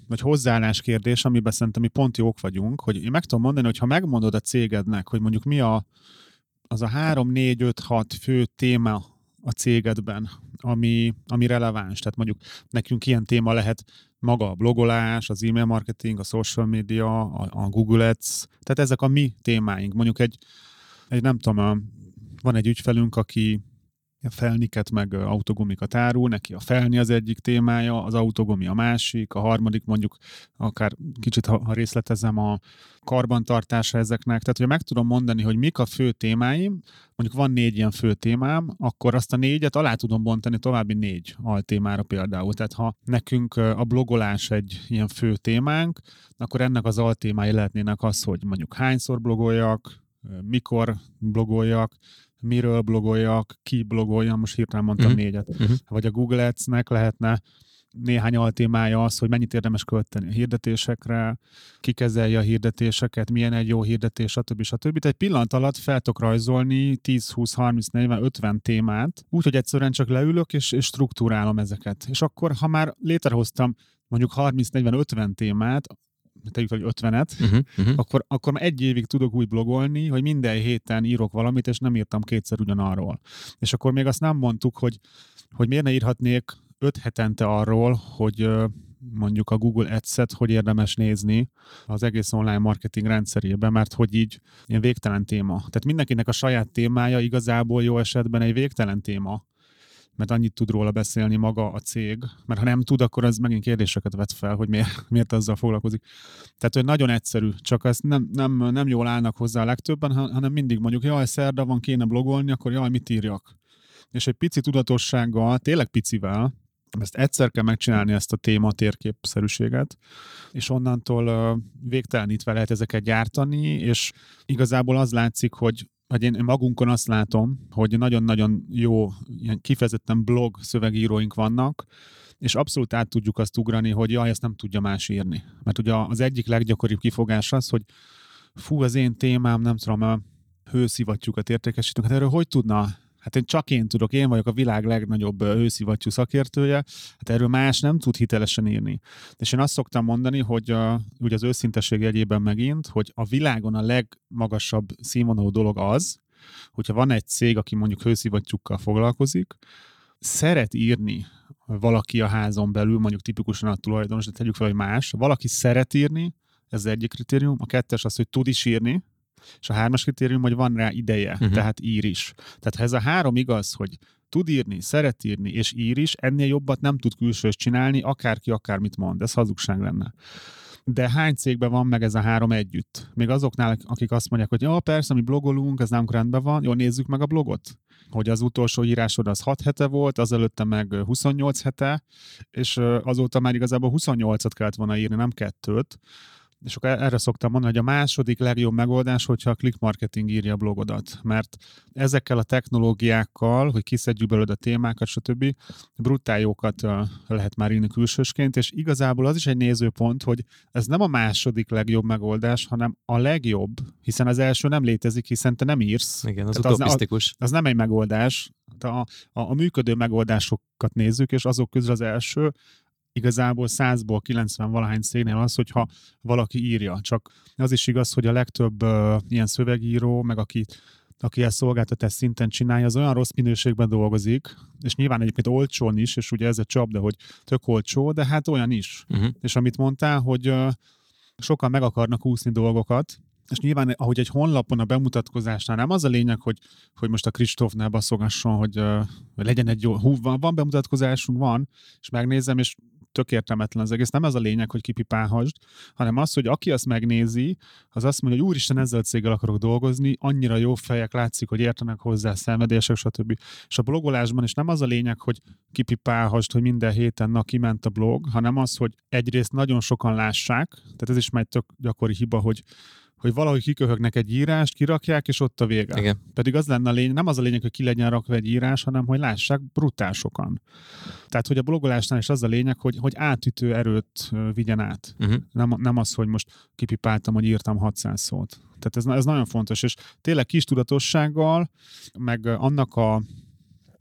vagy hozzáállás kérdés, amiben szerintem mi pont jók vagyunk, hogy én meg tudom mondani, hogy ha megmondod a cégednek, hogy mondjuk mi a, az a három, négy, öt, hat fő téma a cégedben, ami, ami releváns. Tehát mondjuk nekünk ilyen téma lehet maga a blogolás, az e-mail marketing, a social media, a, a Google Ads, tehát ezek a mi témáink. Mondjuk egy, egy nem tudom, van egy ügyfelünk, aki felniket meg autogumikat árul, neki a felni az egyik témája, az autogumi a másik, a harmadik mondjuk akár kicsit, ha, ha részletezem, a karbantartása ezeknek. Tehát, hogyha meg tudom mondani, hogy mik a fő témáim, mondjuk van négy ilyen fő témám, akkor azt a négyet alá tudom bontani további négy altémára például. Tehát, ha nekünk a blogolás egy ilyen fő témánk, akkor ennek az altémái lehetnének az, hogy mondjuk hányszor blogoljak, mikor blogoljak, miről blogoljak, ki blogoljam, most hirtelen mondtam uh-huh. négyet. Uh-huh. Vagy a Google Ads-nek lehetne néhány altémája az, hogy mennyit érdemes költeni a hirdetésekre, ki kezelje a hirdetéseket, milyen egy jó hirdetés, stb. stb. Tehát egy pillanat alatt fel tudok rajzolni tíz, húsz, harminc, negyven, ötven témát, úgyhogy egyszerűen csak leülök és, és struktúrálom ezeket. És akkor, ha már létrehoztam mondjuk harminc, negyven, ötven témát, tegyük fel, hogy ötvenet, uh-huh, uh-huh. Akkor, akkor egy évig tudok úgy blogolni, hogy minden héten írok valamit, és nem írtam kétszer ugyanarról. És akkor még azt nem mondtuk, hogy, hogy miért ne írhatnék öt hetente arról, hogy mondjuk a Google Ads-et hogy érdemes nézni az egész online marketing rendszerében, mert hogy így ilyen végtelen téma. Tehát mindenkinek a saját témája igazából jó esetben egy végtelen téma, mert annyit tud róla beszélni maga a cég, mert ha nem tud, akkor az megint kérdéseket vet fel, hogy miért, miért azzal foglalkozik. Tehát, hogy nagyon egyszerű, csak ezt nem, nem, nem jól állnak hozzá a legtöbben, hanem mindig mondjuk, jaj, szerda van, kéne blogolni, akkor jaj, mit írjak? És egy pici tudatossággal, tényleg picivel, ezt egyszer kell megcsinálni, ezt a téma térképszerűséget, és onnantól végtelenítve lehet ezeket gyártani, és igazából az látszik, hogy hogy én magunkon azt látom, hogy nagyon-nagyon jó, ilyen kifejezetten blog szövegíróink vannak, és abszolút át tudjuk azt ugrani, hogy jaj, ezt nem tudja más írni. Mert ugye az egyik leggyakoribb kifogás az, hogy fú, az én témám, nem tudom, a hőszivattyúkat értékesítünk. Hát erről hogy tudna? Hát én csak én tudok, én vagyok a világ legnagyobb hőszivattyú szakértője, hát erről más nem tud hitelesen írni. És én azt szoktam mondani, hogy a, ugye az őszintesség jegyében megint, hogy a világon a legmagasabb színvonalú dolog az, hogyha van egy cég, aki mondjuk hőszivattyúkkal foglalkozik, szeret írni valaki a házon belül, mondjuk tipikusan a tulajdonos, de tegyük fel, hogy más, valaki szeret írni, ez az egyik kritérium, a kettes az, hogy tud is írni, és a hármas kritérium, hogy van rá ideje, uh-huh. tehát ír is. Tehát ha ez a három igaz, hogy tud írni, szeret írni, és ír is, ennél jobbat nem tud külsős csinálni, akárki akármit mond. Ez hazugság lenne. De hány cégben van meg ez a három együtt? Még azoknál, akik azt mondják, hogy ja, persze, mi blogolunk, ez nem rendben van, jó, nézzük meg a blogot. Hogy az utolsó írásod az hat hete volt, az előtte meg huszonnyolc hete, és azóta már igazából huszonnyolcat kellett volna írni, nem kettőt. És akkor erre szoktam mondani, hogy a második legjobb megoldás, hogyha a click marketing írja a blogodat. Mert ezekkel a technológiákkal, hogy kiszedjük belőle a témákat, stb. Brutál jókat lehet már írni külsősként, és igazából az is egy nézőpont, hogy ez nem a második legjobb megoldás, hanem a legjobb, hiszen az első nem létezik, hiszen te nem írsz.
Igen, az utopisztikus.
Az, az nem egy megoldás. A, a, a működő megoldásokat nézzük, és azok közül az első, igazából százból kilencven valahány cégnél az, hogyha valaki írja. Csak az is igaz, hogy a legtöbb uh, ilyen szövegíró, meg aki, aki ezt szolgáltatás szinten csinálja, az olyan rossz minőségben dolgozik, és nyilván egyébként olcsón is, és ugye ez a csapda, hogy tök olcsó, de hát olyan is. Uh-huh. És amit mondtál, hogy uh, sokan meg akarnak úszni dolgokat, és nyilván, ahogy egy honlapon a bemutatkozásnál nem az a lényeg, hogy, hogy most a Kristófnál baszogasson, hogy, uh, hogy legyen egy jó, hú, van, van bemutatkozásunk, van, és megnézem, és tök értelmetlen az egész. Nem az a lényeg, hogy kipipálhasd, hanem az, hogy aki azt megnézi, az azt mondja, hogy úristen, ezzel a céggel akarok dolgozni, annyira jó fejek, látszik, hogy értenek hozzá, szenvedések, stb. És a blogolásban is nem az a lényeg, hogy kipipálhasd, hogy minden héten na kiment a blog, hanem az, hogy egyrészt nagyon sokan lássák, tehát ez is már egy tök gyakori hiba, hogy hogy valahogy kiköhögnek egy írást, kirakják, és ott a vége.
Igen.
Pedig az lenne a lényeg, nem az a lényeg, hogy ki legyen rakva egy írás, hanem hogy lássák brutál sokan. Tehát, hogy a blogolásnál is az a lényeg, hogy, hogy átütő erőt vigyen át. Uh-huh. Nem, nem az, hogy most kipipáltam, hogy írtam hatszáz szót. Tehát ez, ez nagyon fontos, és tényleg kis tudatossággal, meg annak a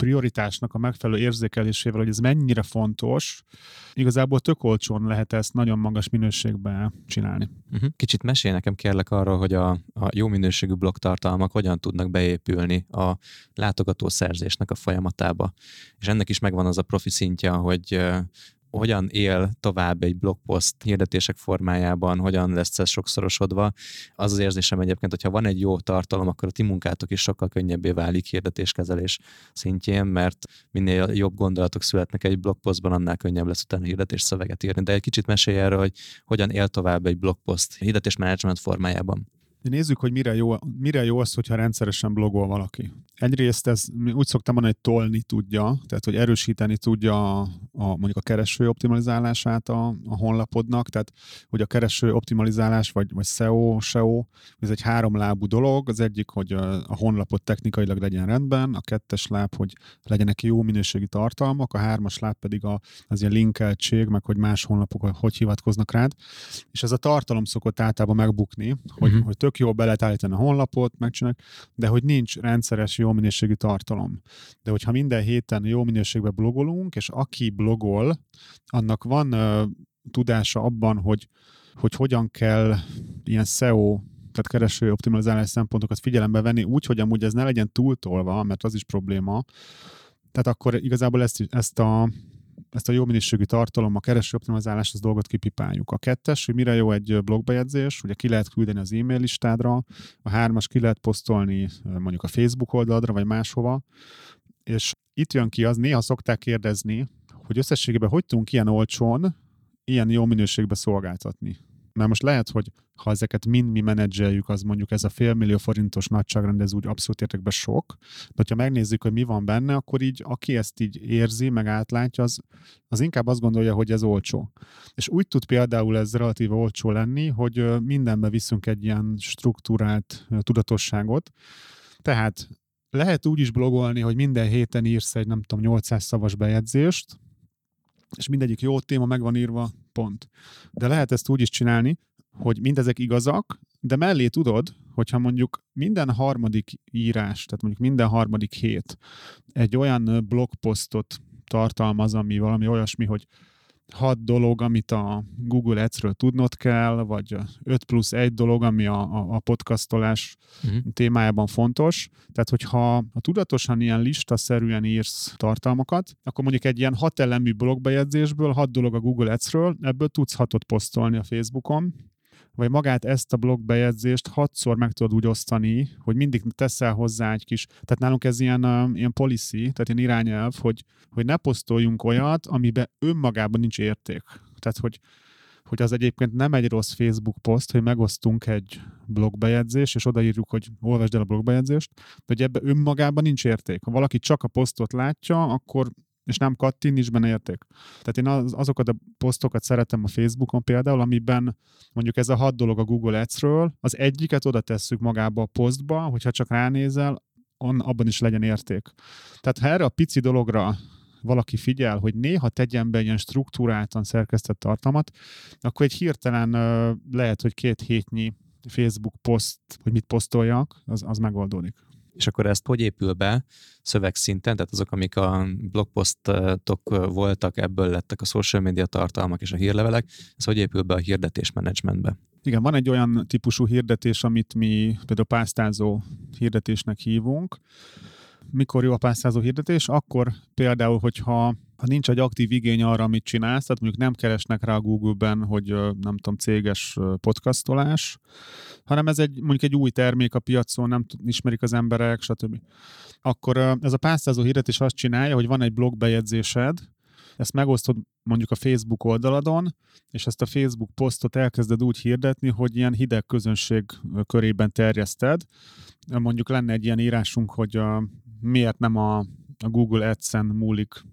prioritásnak a megfelelő érzékelésével, hogy ez mennyire fontos, igazából tök olcsón lehet ezt nagyon magas minőségben csinálni.
Uh-huh. Kicsit mesélj nekem kérlek arról, hogy a, a jó minőségű blogtartalmak hogyan tudnak beépülni a látogatószerzésnek a folyamatába. És ennek is megvan az a profi szintje, hogy uh, hogyan él tovább egy blogpost hirdetések formájában, hogyan lesz ez sokszorosodva. Az az érzésem egyébként, hogyha van egy jó tartalom, akkor a ti munkátok is sokkal könnyebbé válik hirdetéskezelés szintjén, mert minél jobb gondolatok születnek egy blogpostban, annál könnyebb lesz utána hirdetés szöveget írni. De egy kicsit mesélj erről, hogy hogyan él tovább egy blogpost hirdetésmenedzsment formájában.
De nézzük, hogy mire jó, mire jó az, hogyha rendszeresen blogol valaki. Egyrészt ez úgy szoktam mondani, hogy tolni tudja, tehát hogy erősíteni tudja a, a, mondjuk a kereső optimalizálását a, a honlapodnak, tehát hogy a kereső optimalizálás vagy, vagy es e o, es e o, ez egy háromlábú dolog. Az egyik, hogy a honlapot technikailag legyen rendben, a kettes láb, hogy legyenek jó minőségi tartalmak, a hármas láb pedig a, az ilyen linkeltség, meg hogy más honlapok hogy hivatkoznak rád. És ez a tartalom szokott általában megbukni, hogy, uh-huh. hogy tök jó be lehet állítani a honlapot, megcsinálják, de hogy nincs rendszeres jó minőségű tartalom. De hogyha minden héten jó minőségben blogolunk, és aki blogol, annak van uh, tudása abban, hogy, hogy hogyan kell ilyen es e o, tehát kereső optimalizálás szempontokat figyelembe venni, úgy, hogy amúgy ez ne legyen túltolva, mert az is probléma. Tehát akkor igazából ezt, ezt a ezt a jó minőségű tartalom, a kereső optimalizálás, az dolgot kipipáljuk. A kettes, hogy mire jó egy blogbejegyzés, ugye ki lehet küldeni az e-mail listádra, a hármas ki lehet posztolni mondjuk a Facebook oldaladra, vagy máshova, és itt jön ki az, néha szokták kérdezni, hogy összességében hogy tudunk ilyen olcsón, ilyen jó minőségben szolgáltatni. Mert most lehet, hogy ha ezeket mind mi menedzseljük, az mondjuk ez a félmillió forintos nagyságrend, ez úgy abszolút értékben sok. De ha megnézzük, hogy mi van benne, akkor így, aki ezt így érzi, meg átlátja, az, az inkább azt gondolja, hogy ez olcsó. És úgy tud például ez relatíve olcsó lenni, hogy mindenbe viszünk egy ilyen struktúrált tudatosságot. Tehát lehet úgy is blogolni, hogy minden héten írsz egy, nem tudom, nyolcszáz szavas bejegyzést, és mindegyik jó téma meg van írva, pont. De lehet ezt úgy is csinálni, hogy mindezek igazak, de mellé tudod, hogyha mondjuk minden harmadik írás, tehát mondjuk minden harmadik hét egy olyan blogposztot tartalmaz, ami valami olyasmi, hogy hat dolog, amit a Google Ads-ről tudnod kell, vagy öt plusz egy dolog, ami a, a, a podcastolás uh-huh. témájában fontos. Tehát, hogyha ha tudatosan ilyen listaszerűen írsz tartalmakat, akkor mondjuk egy ilyen hat elemű blogbejegyzésből, hat dolog a Google Ads-ről, ebből tudsz hatot posztolni a Facebookon, vagy magát ezt a blogbejegyzést hatszor meg tudod úgy osztani, hogy mindig teszel hozzá egy kis, tehát nálunk ez ilyen, uh, ilyen policy, tehát ilyen irányelv, hogy, hogy ne posztoljunk olyat, amiben önmagában nincs érték. Tehát, hogy, hogy az egyébként nem egy rossz Facebook poszt, hogy megosztunk egy blogbejegyzést, és odaírjuk, hogy olvasd el a blogbejegyzést, de hogy ebben önmagában nincs érték. Ha valaki csak a posztot látja, akkor és nem kattint, nincs benne érték. Tehát én az, azokat a posztokat szeretem a Facebookon például, amiben mondjuk ez a hat dolog a Google Ads-ről, az egyiket oda tesszük magába a posztba, hogyha csak ránézel, on, abban is legyen érték. Tehát ha erre a pici dologra valaki figyel, hogy néha tegyen be ilyen struktúráltan szerkesztett tartalmat, akkor egy hirtelen lehet, hogy két hétnyi Facebook poszt, hogy mit posztoljak, az, az megoldódik.
És akkor ezt hogy épül be szövegszinten, tehát azok, amik a blogposztok voltak, ebből lettek a social media tartalmak és a hírlevelek, ez hogy épül be a hirdetésmenedzsmentbe?
Igen, van egy olyan típusú hirdetés, amit mi például pásztázó hirdetésnek hívunk. Mikor jó a pásztázó hirdetés? Akkor például, hogyha ha nincs egy aktív igény arra, amit csinálsz, tehát mondjuk nem keresnek rá a Google-ben, hogy nem tudom, céges podcastolás, hanem ez egy, mondjuk egy új termék a piacon, nem ismerik az emberek, stb. Akkor ez a pásztázó hirdetés azt csinálja, hogy van egy blogbejegyzésed, ezt megosztod mondjuk a Facebook oldaladon, és ezt a Facebook posztot elkezded úgy hirdetni, hogy ilyen hideg közönség körében terjeszted. Mondjuk lenne egy ilyen írásunk, hogy a, miért nem a, a Google Ads-en múlik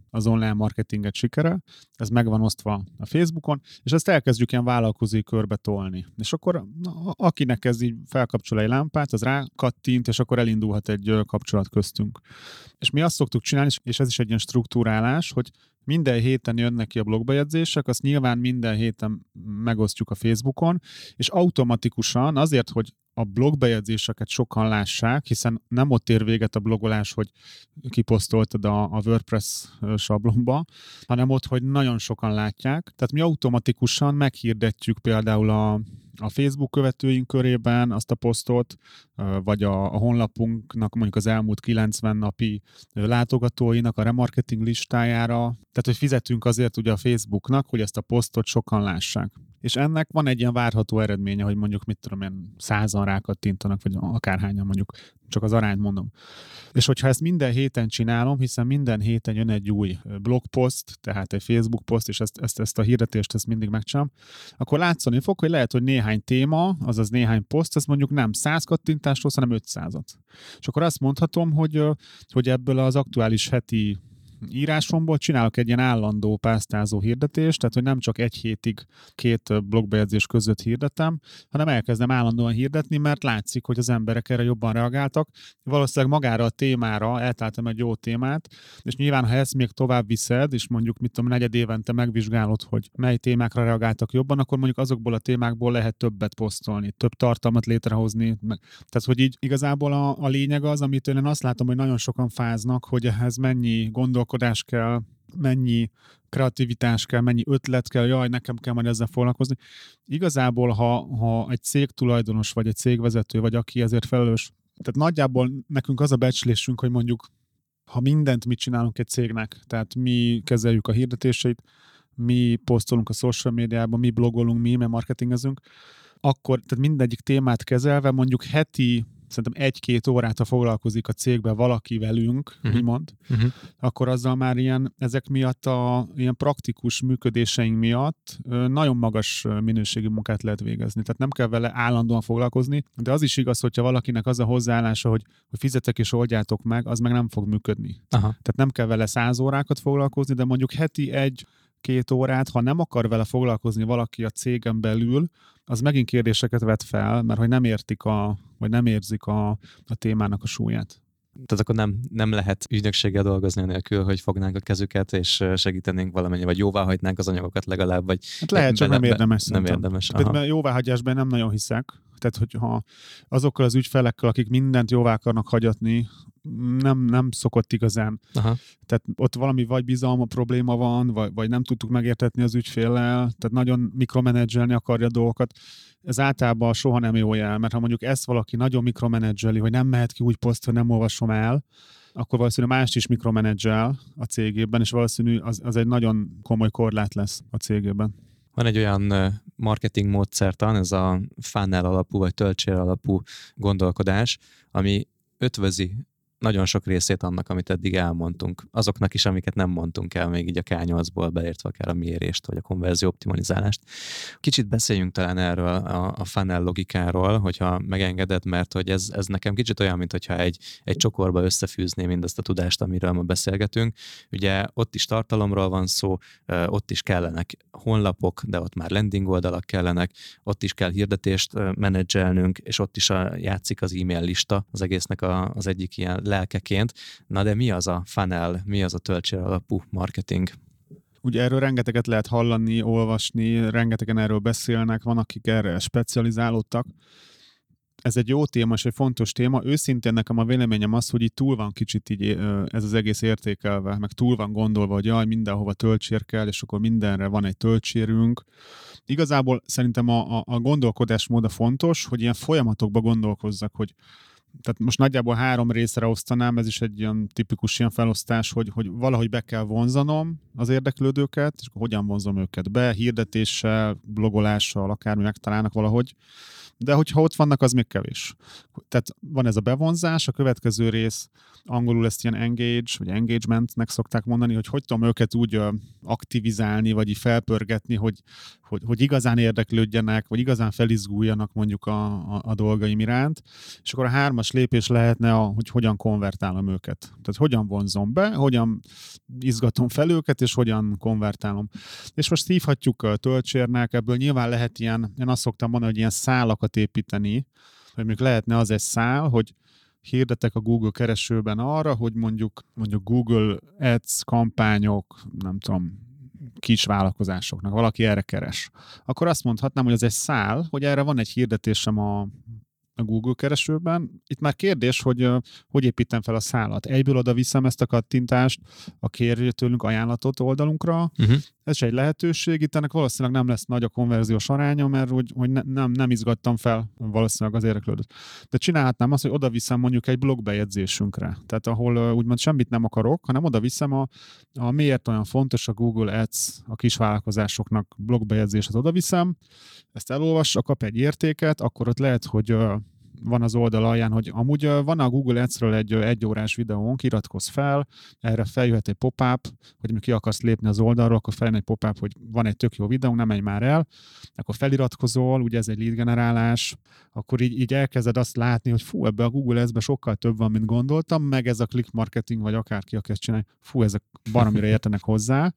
az online marketinget sikere, ez meg van osztva a Facebookon, és ezt elkezdjük ilyen vállalkozói körbe tolni. És akkor na, akinek ez így felkapcsol egy lámpát, az rákattint, és akkor elindulhat egy kapcsolat köztünk. És mi azt szoktuk csinálni, és ez is egy ilyen struktúrálás, hogy minden héten jönnek ki a blogbejegyzések, azt nyilván minden héten megosztjuk a Facebookon, és automatikusan azért, hogy a blogbejegyzéseket sokan lássák, hiszen nem ott ér véget a blogolás, hogy kiposztoltad a, a WordPress sablonba, hanem ott, hogy nagyon sokan látják. Tehát mi automatikusan meghirdetjük például a, a Facebook követőink körében azt a posztot, vagy a, a honlapunknak mondjuk az elmúlt kilencven napi látogatóinak a remarketing listájára. Tehát, hogy fizetünk azért ugye a Facebooknak, hogy ezt a posztot sokan lássák. És ennek van egy ilyen várható eredménye, hogy mondjuk mit tudom én, százan rákattintanak, vagy akárhányan mondjuk, csak az arányt mondom. És hogyha ezt minden héten csinálom, hiszen minden héten jön egy új blogpost, tehát egy Facebook poszt, és ezt, ezt, ezt a hirdetést ezt mindig megcsinálom, akkor látszani fog, hogy lehet, hogy néhány téma, azaz néhány poszt, ez mondjuk nem száz kattintásról, hanem ötszázat. És akkor azt mondhatom, hogy, hogy ebből az aktuális heti írásomból csinálok egy ilyen állandó pásztázó hirdetést, tehát hogy nem csak egy hétig két blogbejegyzés között hirdetem, hanem elkezdem állandóan hirdetni, mert látszik, hogy az emberek erre jobban reagáltak. Valószínűleg magára a témára eltaláltam egy jó témát, és nyilván, ha ezt még tovább viszed, és mondjuk, mit tudom, negyed évente megvizsgálod, hogy mely témákra reagáltak jobban, akkor mondjuk azokból a témákból lehet többet posztolni, több tartalmat létrehozni. Meg. Tehát, hogy így igazából a, a lényeg az, amit én azt látom, hogy nagyon sokan fáznak, hogy ehhez mennyi gondolkodás kell, mennyi kreativitás kell, mennyi ötlet kell, jaj, nekem kell majd ezzel foglalkozni. Igazából, ha, ha egy cég tulajdonos, vagy egy cégvezető, vagy aki ezért felelős, tehát nagyjából nekünk az a becslésünk, hogy mondjuk, ha mindent mit csinálunk egy cégnek, tehát mi kezeljük a hirdetéseit, mi posztolunk a social médiában, mi blogolunk, mi e-mail marketingezünk, akkor tehát mindegyik témát kezelve mondjuk heti szerintem egy-két órát, ha foglalkozik a cégben valaki velünk, uh-huh. úgymond, uh-huh. akkor azzal már ilyen, ezek miatt a ilyen praktikus működéseink miatt nagyon magas minőségi munkát lehet végezni. Tehát nem kell vele állandóan foglalkozni, de az is igaz, hogyha valakinek az a hozzáállása, hogy, hogy fizetek és oldjátok meg, az meg nem fog működni. Aha. Tehát nem kell vele száz órákat foglalkozni, de mondjuk heti egy két órát, ha nem akar vele foglalkozni valaki a cégen belül, az megint kérdéseket vet fel, mert hogy nem értik a, vagy nem érzik a, a témának a súlyát.
Tehát akkor nem, nem lehet ügynökséggel dolgozni nélkül, hogy fognánk a kezüket, és segítenénk valamennyi, vagy jóvá hagynánk az anyagokat legalább, vagy...
Hát lehet, csak nem érdemes.
Nem érdemes.
Például jóváhagyásban nem nagyon hiszek. Tehát, hogyha azokkal az ügyfelekkel, akik mindent jóvá akarnak hagyatni, nem, nem szokott igazán. Aha. Tehát ott valami vagy bizalma probléma van, vagy, vagy nem tudtuk megértetni az ügyféllel, tehát nagyon mikromenedzselni akarja a dolgokat. Ez általában soha nem jó jel, mert ha mondjuk ezt valaki nagyon mikromenedzseli, hogy nem mehet ki úgy poszt, hogy nem olvasom el, akkor valószínűleg mást is mikromenedzsel a cégében, és valószínű az, az egy nagyon komoly korlát lesz a cégében.
Van egy olyan marketing módszertan, ez a funnel alapú, vagy töltsér alapú gondolkodás, ami ötvözi nagyon sok részét annak, amit eddig elmondtunk. Azoknak is, amiket nem mondtunk el, még így a ká nyolcból beértve akár a mérést, vagy a konverzió optimalizálást. Kicsit beszéljünk talán erről a, a funnel logikáról, hogyha megengeded, mert hogy ez, ez nekem kicsit olyan, mint hogyha egy, egy csokorba összefűzné mindazt a tudást, amiről ma beszélgetünk. Ugye ott is tartalomról van szó, ott is kellenek honlapok, de ott már landing oldalak kellenek, ott is kell hirdetést menedzselnünk, és ott is a, játszik az e-mail lista az egésznek a, az egyik ilyen lelkeként. Na de mi az a funnel, mi az a töltsér alapú marketing?
Ugye erről rengeteget lehet hallani, olvasni, rengetegen erről beszélnek, van, akik erre specializálódtak. Ez egy jó téma, és egy fontos téma. Őszintén nekem a véleményem az, hogy itt túl van kicsit így ez az egész értékelve, meg túl van gondolva, hogy jaj, mindenhova töltsér kell, és akkor mindenre van egy töltsérünk. Igazából szerintem a, a, a gondolkodásmód a fontos, hogy ilyen folyamatokba gondolkozzak, hogy tehát most nagyjából három részre osztanám, ez is egy ilyen tipikus ilyen felosztás, hogy, hogy valahogy be kell vonzanom az érdeklődőket, és akkor hogyan vonzom őket be, hirdetéssel, blogolással, akármi megtalálnak valahogy. De hogyha ott vannak, az még kevés. Tehát van ez a bevonzás, a következő rész, angolul ezt ilyen engage, vagy engagementnek szokták mondani, hogy hogy tudom őket úgy aktivizálni, vagy így felpörgetni, hogy, hogy, hogy igazán érdeklődjenek, vagy igazán felizguljanak mondjuk a, a, a dolgaim iránt. És akkor a hármas lépés lehetne, a, hogy hogyan konvertálom őket. Tehát hogyan vonzom be, hogyan izgatom fel őket, és hogyan konvertálom. És most hívhatjuk töltsérnek, ebből nyilván lehet ilyen, én azt szoktam mondani, hogy ilyen szálakat építeni, hogy mondjuk lehetne az egy szál, hogy hirdetek a Google keresőben arra, hogy mondjuk, mondjuk Google Ads kampányok, nem tudom, kis vállalkozásoknak, valaki erre keres. Akkor azt mondhatnám, hogy ez egy szál, hogy erre van egy hirdetésem a, a Google keresőben. Itt már kérdés, hogy uh, hogy építem fel a szálat. Egyből oda viszem ezt a kattintást, a kérje tőlünk ajánlatot oldalunkra. Uh-huh. Ez is egy lehetőség. Itt ennek valószínűleg nem lesz nagy a konverziós aránya, mert úgy, hogy ne, nem, nem izgattam fel valószínűleg az érdeklődőt. De csinálhatnám azt, hogy oda viszem mondjuk egy blogbejegyzésünkre. Tehát ahol uh, úgymond semmit nem akarok, hanem oda viszem a, a miért olyan fontos a Google Ads a kisvállalkozásoknak blogbejegyzést, oda viszem, ezt elolvassa, kap egy értéket, akkor ott lehet, hogy uh, van az oldal alján, hogy amúgy uh, van a Google Ads-ről egy uh, egyórás videónk, iratkozz fel, erre feljöhet egy pop-up, hogy mi ki akarsz lépni az oldalról, akkor feljön egy pop-up, hogy van egy tök jó videónk, nem menj már el, akkor feliratkozol, ugye ez egy lead generálás, akkor így, így elkezded azt látni, hogy fú, ebbe a Google Ads-be sokkal több van, mint gondoltam, meg ez a click marketing, vagy akárki, aki ezt csinálja, fú, ezek baromira értenek hozzá,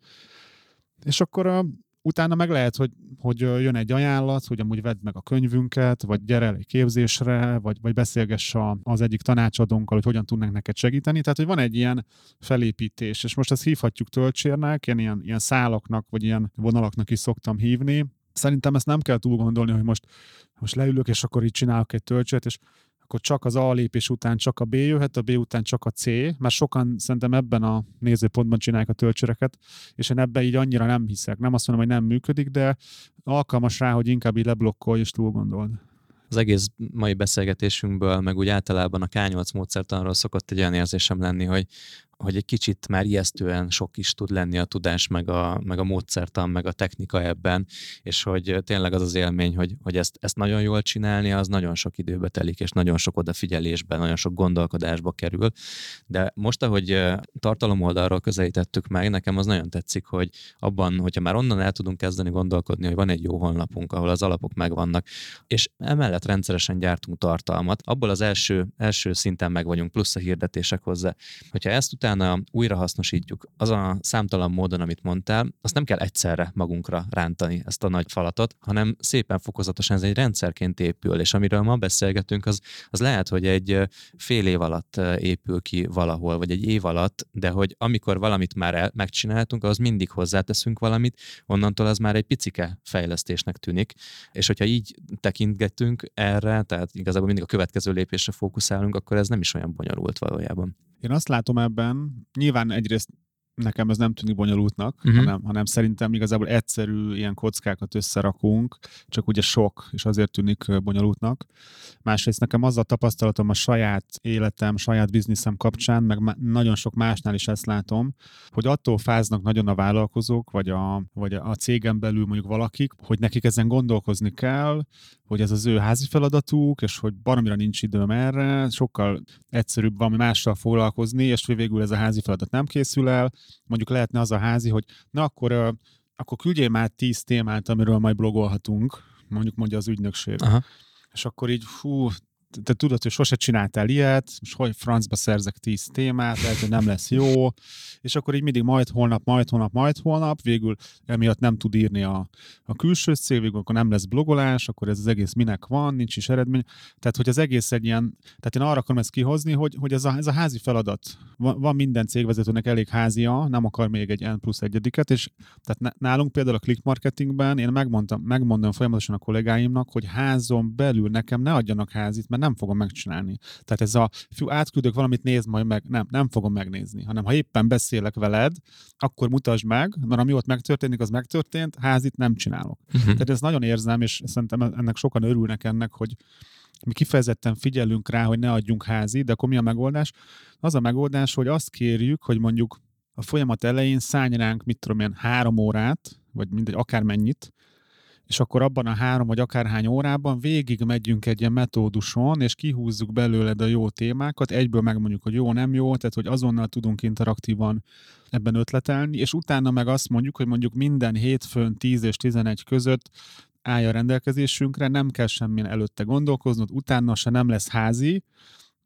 és akkor a utána meg lehet, hogy, hogy jön egy ajánlat, hogy amúgy vedd meg a könyvünket, vagy gyere el egy képzésre, vagy, vagy beszélgess a, az egyik tanácsadónkkal, hogy hogyan tudnak neked segíteni. Tehát, hogy van egy ilyen felépítés, és most ezt hívhatjuk töltsérnek, ilyen, ilyen, ilyen szálaknak, vagy ilyen vonalaknak is szoktam hívni. Szerintem ezt nem kell túl gondolni, hogy most, most leülök, és akkor így csinálok egy töltsért, és akkor csak az A lépés után csak a B jöhet, a B után csak a C, mert sokan szerintem ebben a nézőpontban csinálják a töltséreket, és én ebben így annyira nem hiszek. Nem azt mondom, hogy nem működik, de alkalmas rá, hogy inkább így leblokkolj és túl gondold.
Az egész mai beszélgetésünkből, meg úgy általában a K nyolc módszertanról szokott egy olyan érzésem lenni, hogy hogy egy kicsit már ijesztően sok is tud lenni a tudás, meg a, meg a módszertan, meg a technika ebben, és hogy tényleg az az élmény, hogy, hogy ezt, ezt nagyon jól csinálni, az nagyon sok időbe telik, és nagyon sok odafigyelésben, nagyon sok gondolkodásba kerül. De most, ahogy tartalom oldalról közelítettük meg, nekem az nagyon tetszik, hogy abban, hogyha már onnan el tudunk kezdeni gondolkodni, hogy van egy jó honlapunk, ahol az alapok megvannak, és emellett rendszeresen gyártunk tartalmat, abból az első, első szinten meg vagyunk, plusz a hirdetések hozzá. Hogyha ezt utána újra hasznosítjuk, az a számtalan módon, amit mondtál, azt nem kell egyszerre magunkra rántani ezt a nagy falatot, hanem szépen fokozatosan ez egy rendszerként épül, és amiről ma beszélgetünk, az, az lehet, hogy egy fél év alatt épül ki valahol, vagy egy év alatt, de hogy amikor valamit már el, megcsináltunk, az mindig hozzáteszünk valamit, onnantól az már egy picike fejlesztésnek tűnik, és hogyha így tekintgetünk erre, tehát igazából mindig a következő lépésre fókuszálunk, akkor ez nem is olyan bonyolult valójában.
Én azt látom ebben, nyilván egyrészt nekem ez nem tűnik bonyolultnak, uh-huh. hanem, hanem szerintem igazából egyszerű ilyen kockákat összerakunk, csak ugye sok, és azért tűnik bonyolultnak. Másrészt nekem az a tapasztalatom a saját életem, saját bizniszem kapcsán, meg nagyon sok másnál is ezt látom, hogy attól fáznak nagyon a vállalkozók, vagy a, vagy a cégen belül mondjuk valakik, hogy nekik ezen gondolkozni kell, hogy ez az ő házi feladatuk, és hogy baromira nincs időm erre, sokkal egyszerűbb valami mással foglalkozni, és végül ez a házi feladat nem készül el. Mondjuk lehetne az a házi, hogy na akkor, uh, akkor küldjél már tíz témát, amiről majd blogolhatunk, mondjuk mondja az ügynökség. Aha. És akkor így, hú, te tudod, hogy sose csináltál ilyet, most hogy francba szerzek tíz témát, lehet, hogy nem lesz jó, és akkor így mindig majd holnap, majd holnap, majd holnap, végül emiatt nem tud írni a, a külső cég, végül akkor nem lesz blogolás, akkor ez az egész minek van, nincs is eredmény. Tehát, hogy az egész egy ilyen, tehát én arra akarom ezt kihozni, hogy, hogy ez, a, ez a házi feladat. Van, van minden cégvezetőnek elég házia, nem akar még egy N plusz egyediket, és tehát nálunk például a click marketingben én megmondtam, megmondom folyamatosan a kollégáimnak, hogy házon belül nekem ne adjanak házit, mert nem fogom megcsinálni. Tehát ez a fiú, átküldök valamit, nézd majd meg, nem, nem fogom megnézni, hanem ha éppen beszélek veled, akkor mutasd meg, mert ami ott megtörténik, az megtörtént, házit nem csinálok. Uh-huh. Tehát ez nagyon érzem, és szerintem ennek sokan örülnek ennek, hogy mi kifejezetten figyelünk rá, hogy ne adjunk házi, de akkor mi a megoldás? Az a megoldás, hogy azt kérjük, hogy mondjuk a folyamat elején szállj ránk, mit tudom én, három órát, vagy mindegy, akármennyit, és akkor abban a három vagy akárhány órában végig megyünk egy ilyen metóduson, és kihúzzuk belőled a jó témákat, egyből megmondjuk, hogy jó, nem jó, tehát hogy azonnal tudunk interaktívan ebben ötletelni, és utána meg azt mondjuk, hogy mondjuk minden hétfőn tíz és tizenegy között állj a rendelkezésünkre, nem kell semmin előtte gondolkoznod, utána se nem lesz házi,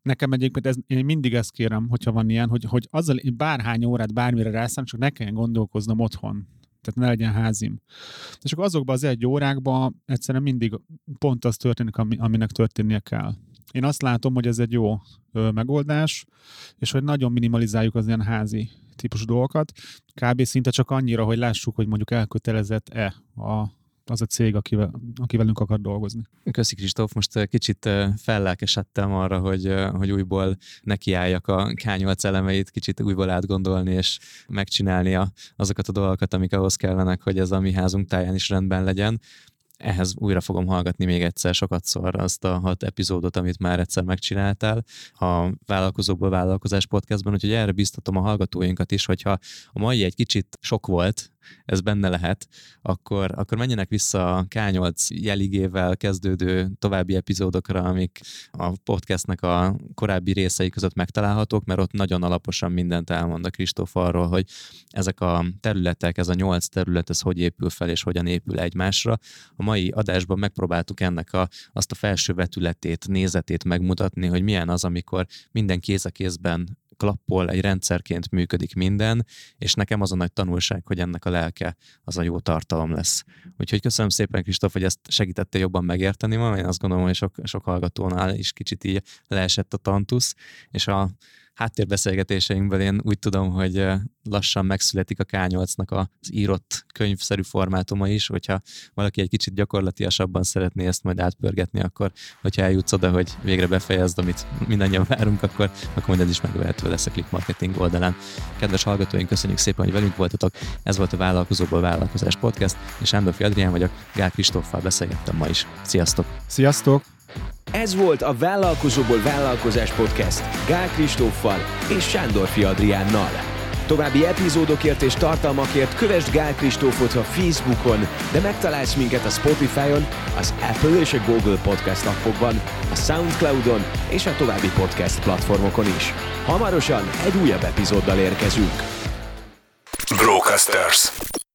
Nekem egyébként ez, én mindig ezt kérem, hogyha van ilyen, hogy, hogy azzal bárhány órát bármire rászám, csak ne kelljen gondolkoznom otthon. Tehát ne legyen házim. És akkor azokban az egy órákban egyszerűen mindig pont az történik, ami, aminek történnie kell. Én azt látom, hogy ez egy jó ö, megoldás, és hogy nagyon minimalizáljuk az ilyen házi típusú dolgokat. Kb. Szinte csak annyira, hogy lássuk, hogy mondjuk elkötelezett-e a az a cég, akivel, aki velünk akar dolgozni.
Köszi Kristóf, most kicsit fellelkesedtem arra, hogy, hogy újból nekiálljak a ká nyolc elemeit, kicsit újból átgondolni és megcsinálni a, azokat a dolgokat, amik ahhoz kellenek, hogy ez a mi házunk táján is rendben legyen. Ehhez újra fogom hallgatni még egyszer sokatszor azt a hat epizódot, amit már egyszer megcsináltál a Vállalkozóból Vállalkozás podcastban, úgyhogy erre biztatom a hallgatóinkat is, hogyha a mai egy kicsit sok volt, ez benne lehet, akkor, akkor menjenek vissza a ká nyolc jeligével kezdődő további epizódokra, amik a podcastnek a korábbi részei között megtalálhatók, mert ott nagyon alaposan mindent elmond a Kristóf arról, hogy ezek a területek, ez a nyolc terület, ez hogy épül fel és hogyan épül egymásra. A mai adásban megpróbáltuk ennek a, azt a felső vetületét, nézetét megmutatni, hogy milyen az, amikor minden kéz a kézben klappol, egy rendszerként működik minden, és nekem az a nagy tanulság, hogy ennek a lelke az a jó tartalom lesz. Úgyhogy köszönöm szépen, Kristóf, hogy ezt segítette jobban megérteni ma, én azt gondolom, hogy sok, sok hallgatónál is kicsit így leesett a tantusz, és a háttérbeszélgetéseinkből én úgy tudom, hogy lassan megszületik a ká nyolcnak az írott könyvszerű formátuma is, hogyha valaki egy kicsit gyakorlatiasabban szeretné ezt majd átpörgetni, akkor hogyha eljutsz oda, hogy végre befejezd, amit mindannyian várunk, akkor, akkor majd ez is megvehető lesz a Click Marketing oldalán. Kedves hallgatóink, köszönjük szépen, hogy velünk voltatok. Ez volt a Vállalkozóból Vállalkozás podcast, és Sándorfi Adrián vagyok, Gál Kristóffal beszélgettem ma is. Sziasztok!
Sziasztok!
Ez volt a Vállalkozóból Vállalkozás podcast Gál Kristóffal és Sándorfi Adriánnal. További epizódokért és tartalmakért kövesd Gál Kristófot a Facebookon, de megtalálsz minket a Spotify-on, az Apple és a Google Podcast appokban, a Soundcloudon és a további podcast platformokon is. Hamarosan egy újabb epizóddal érkezünk.
Brocasters.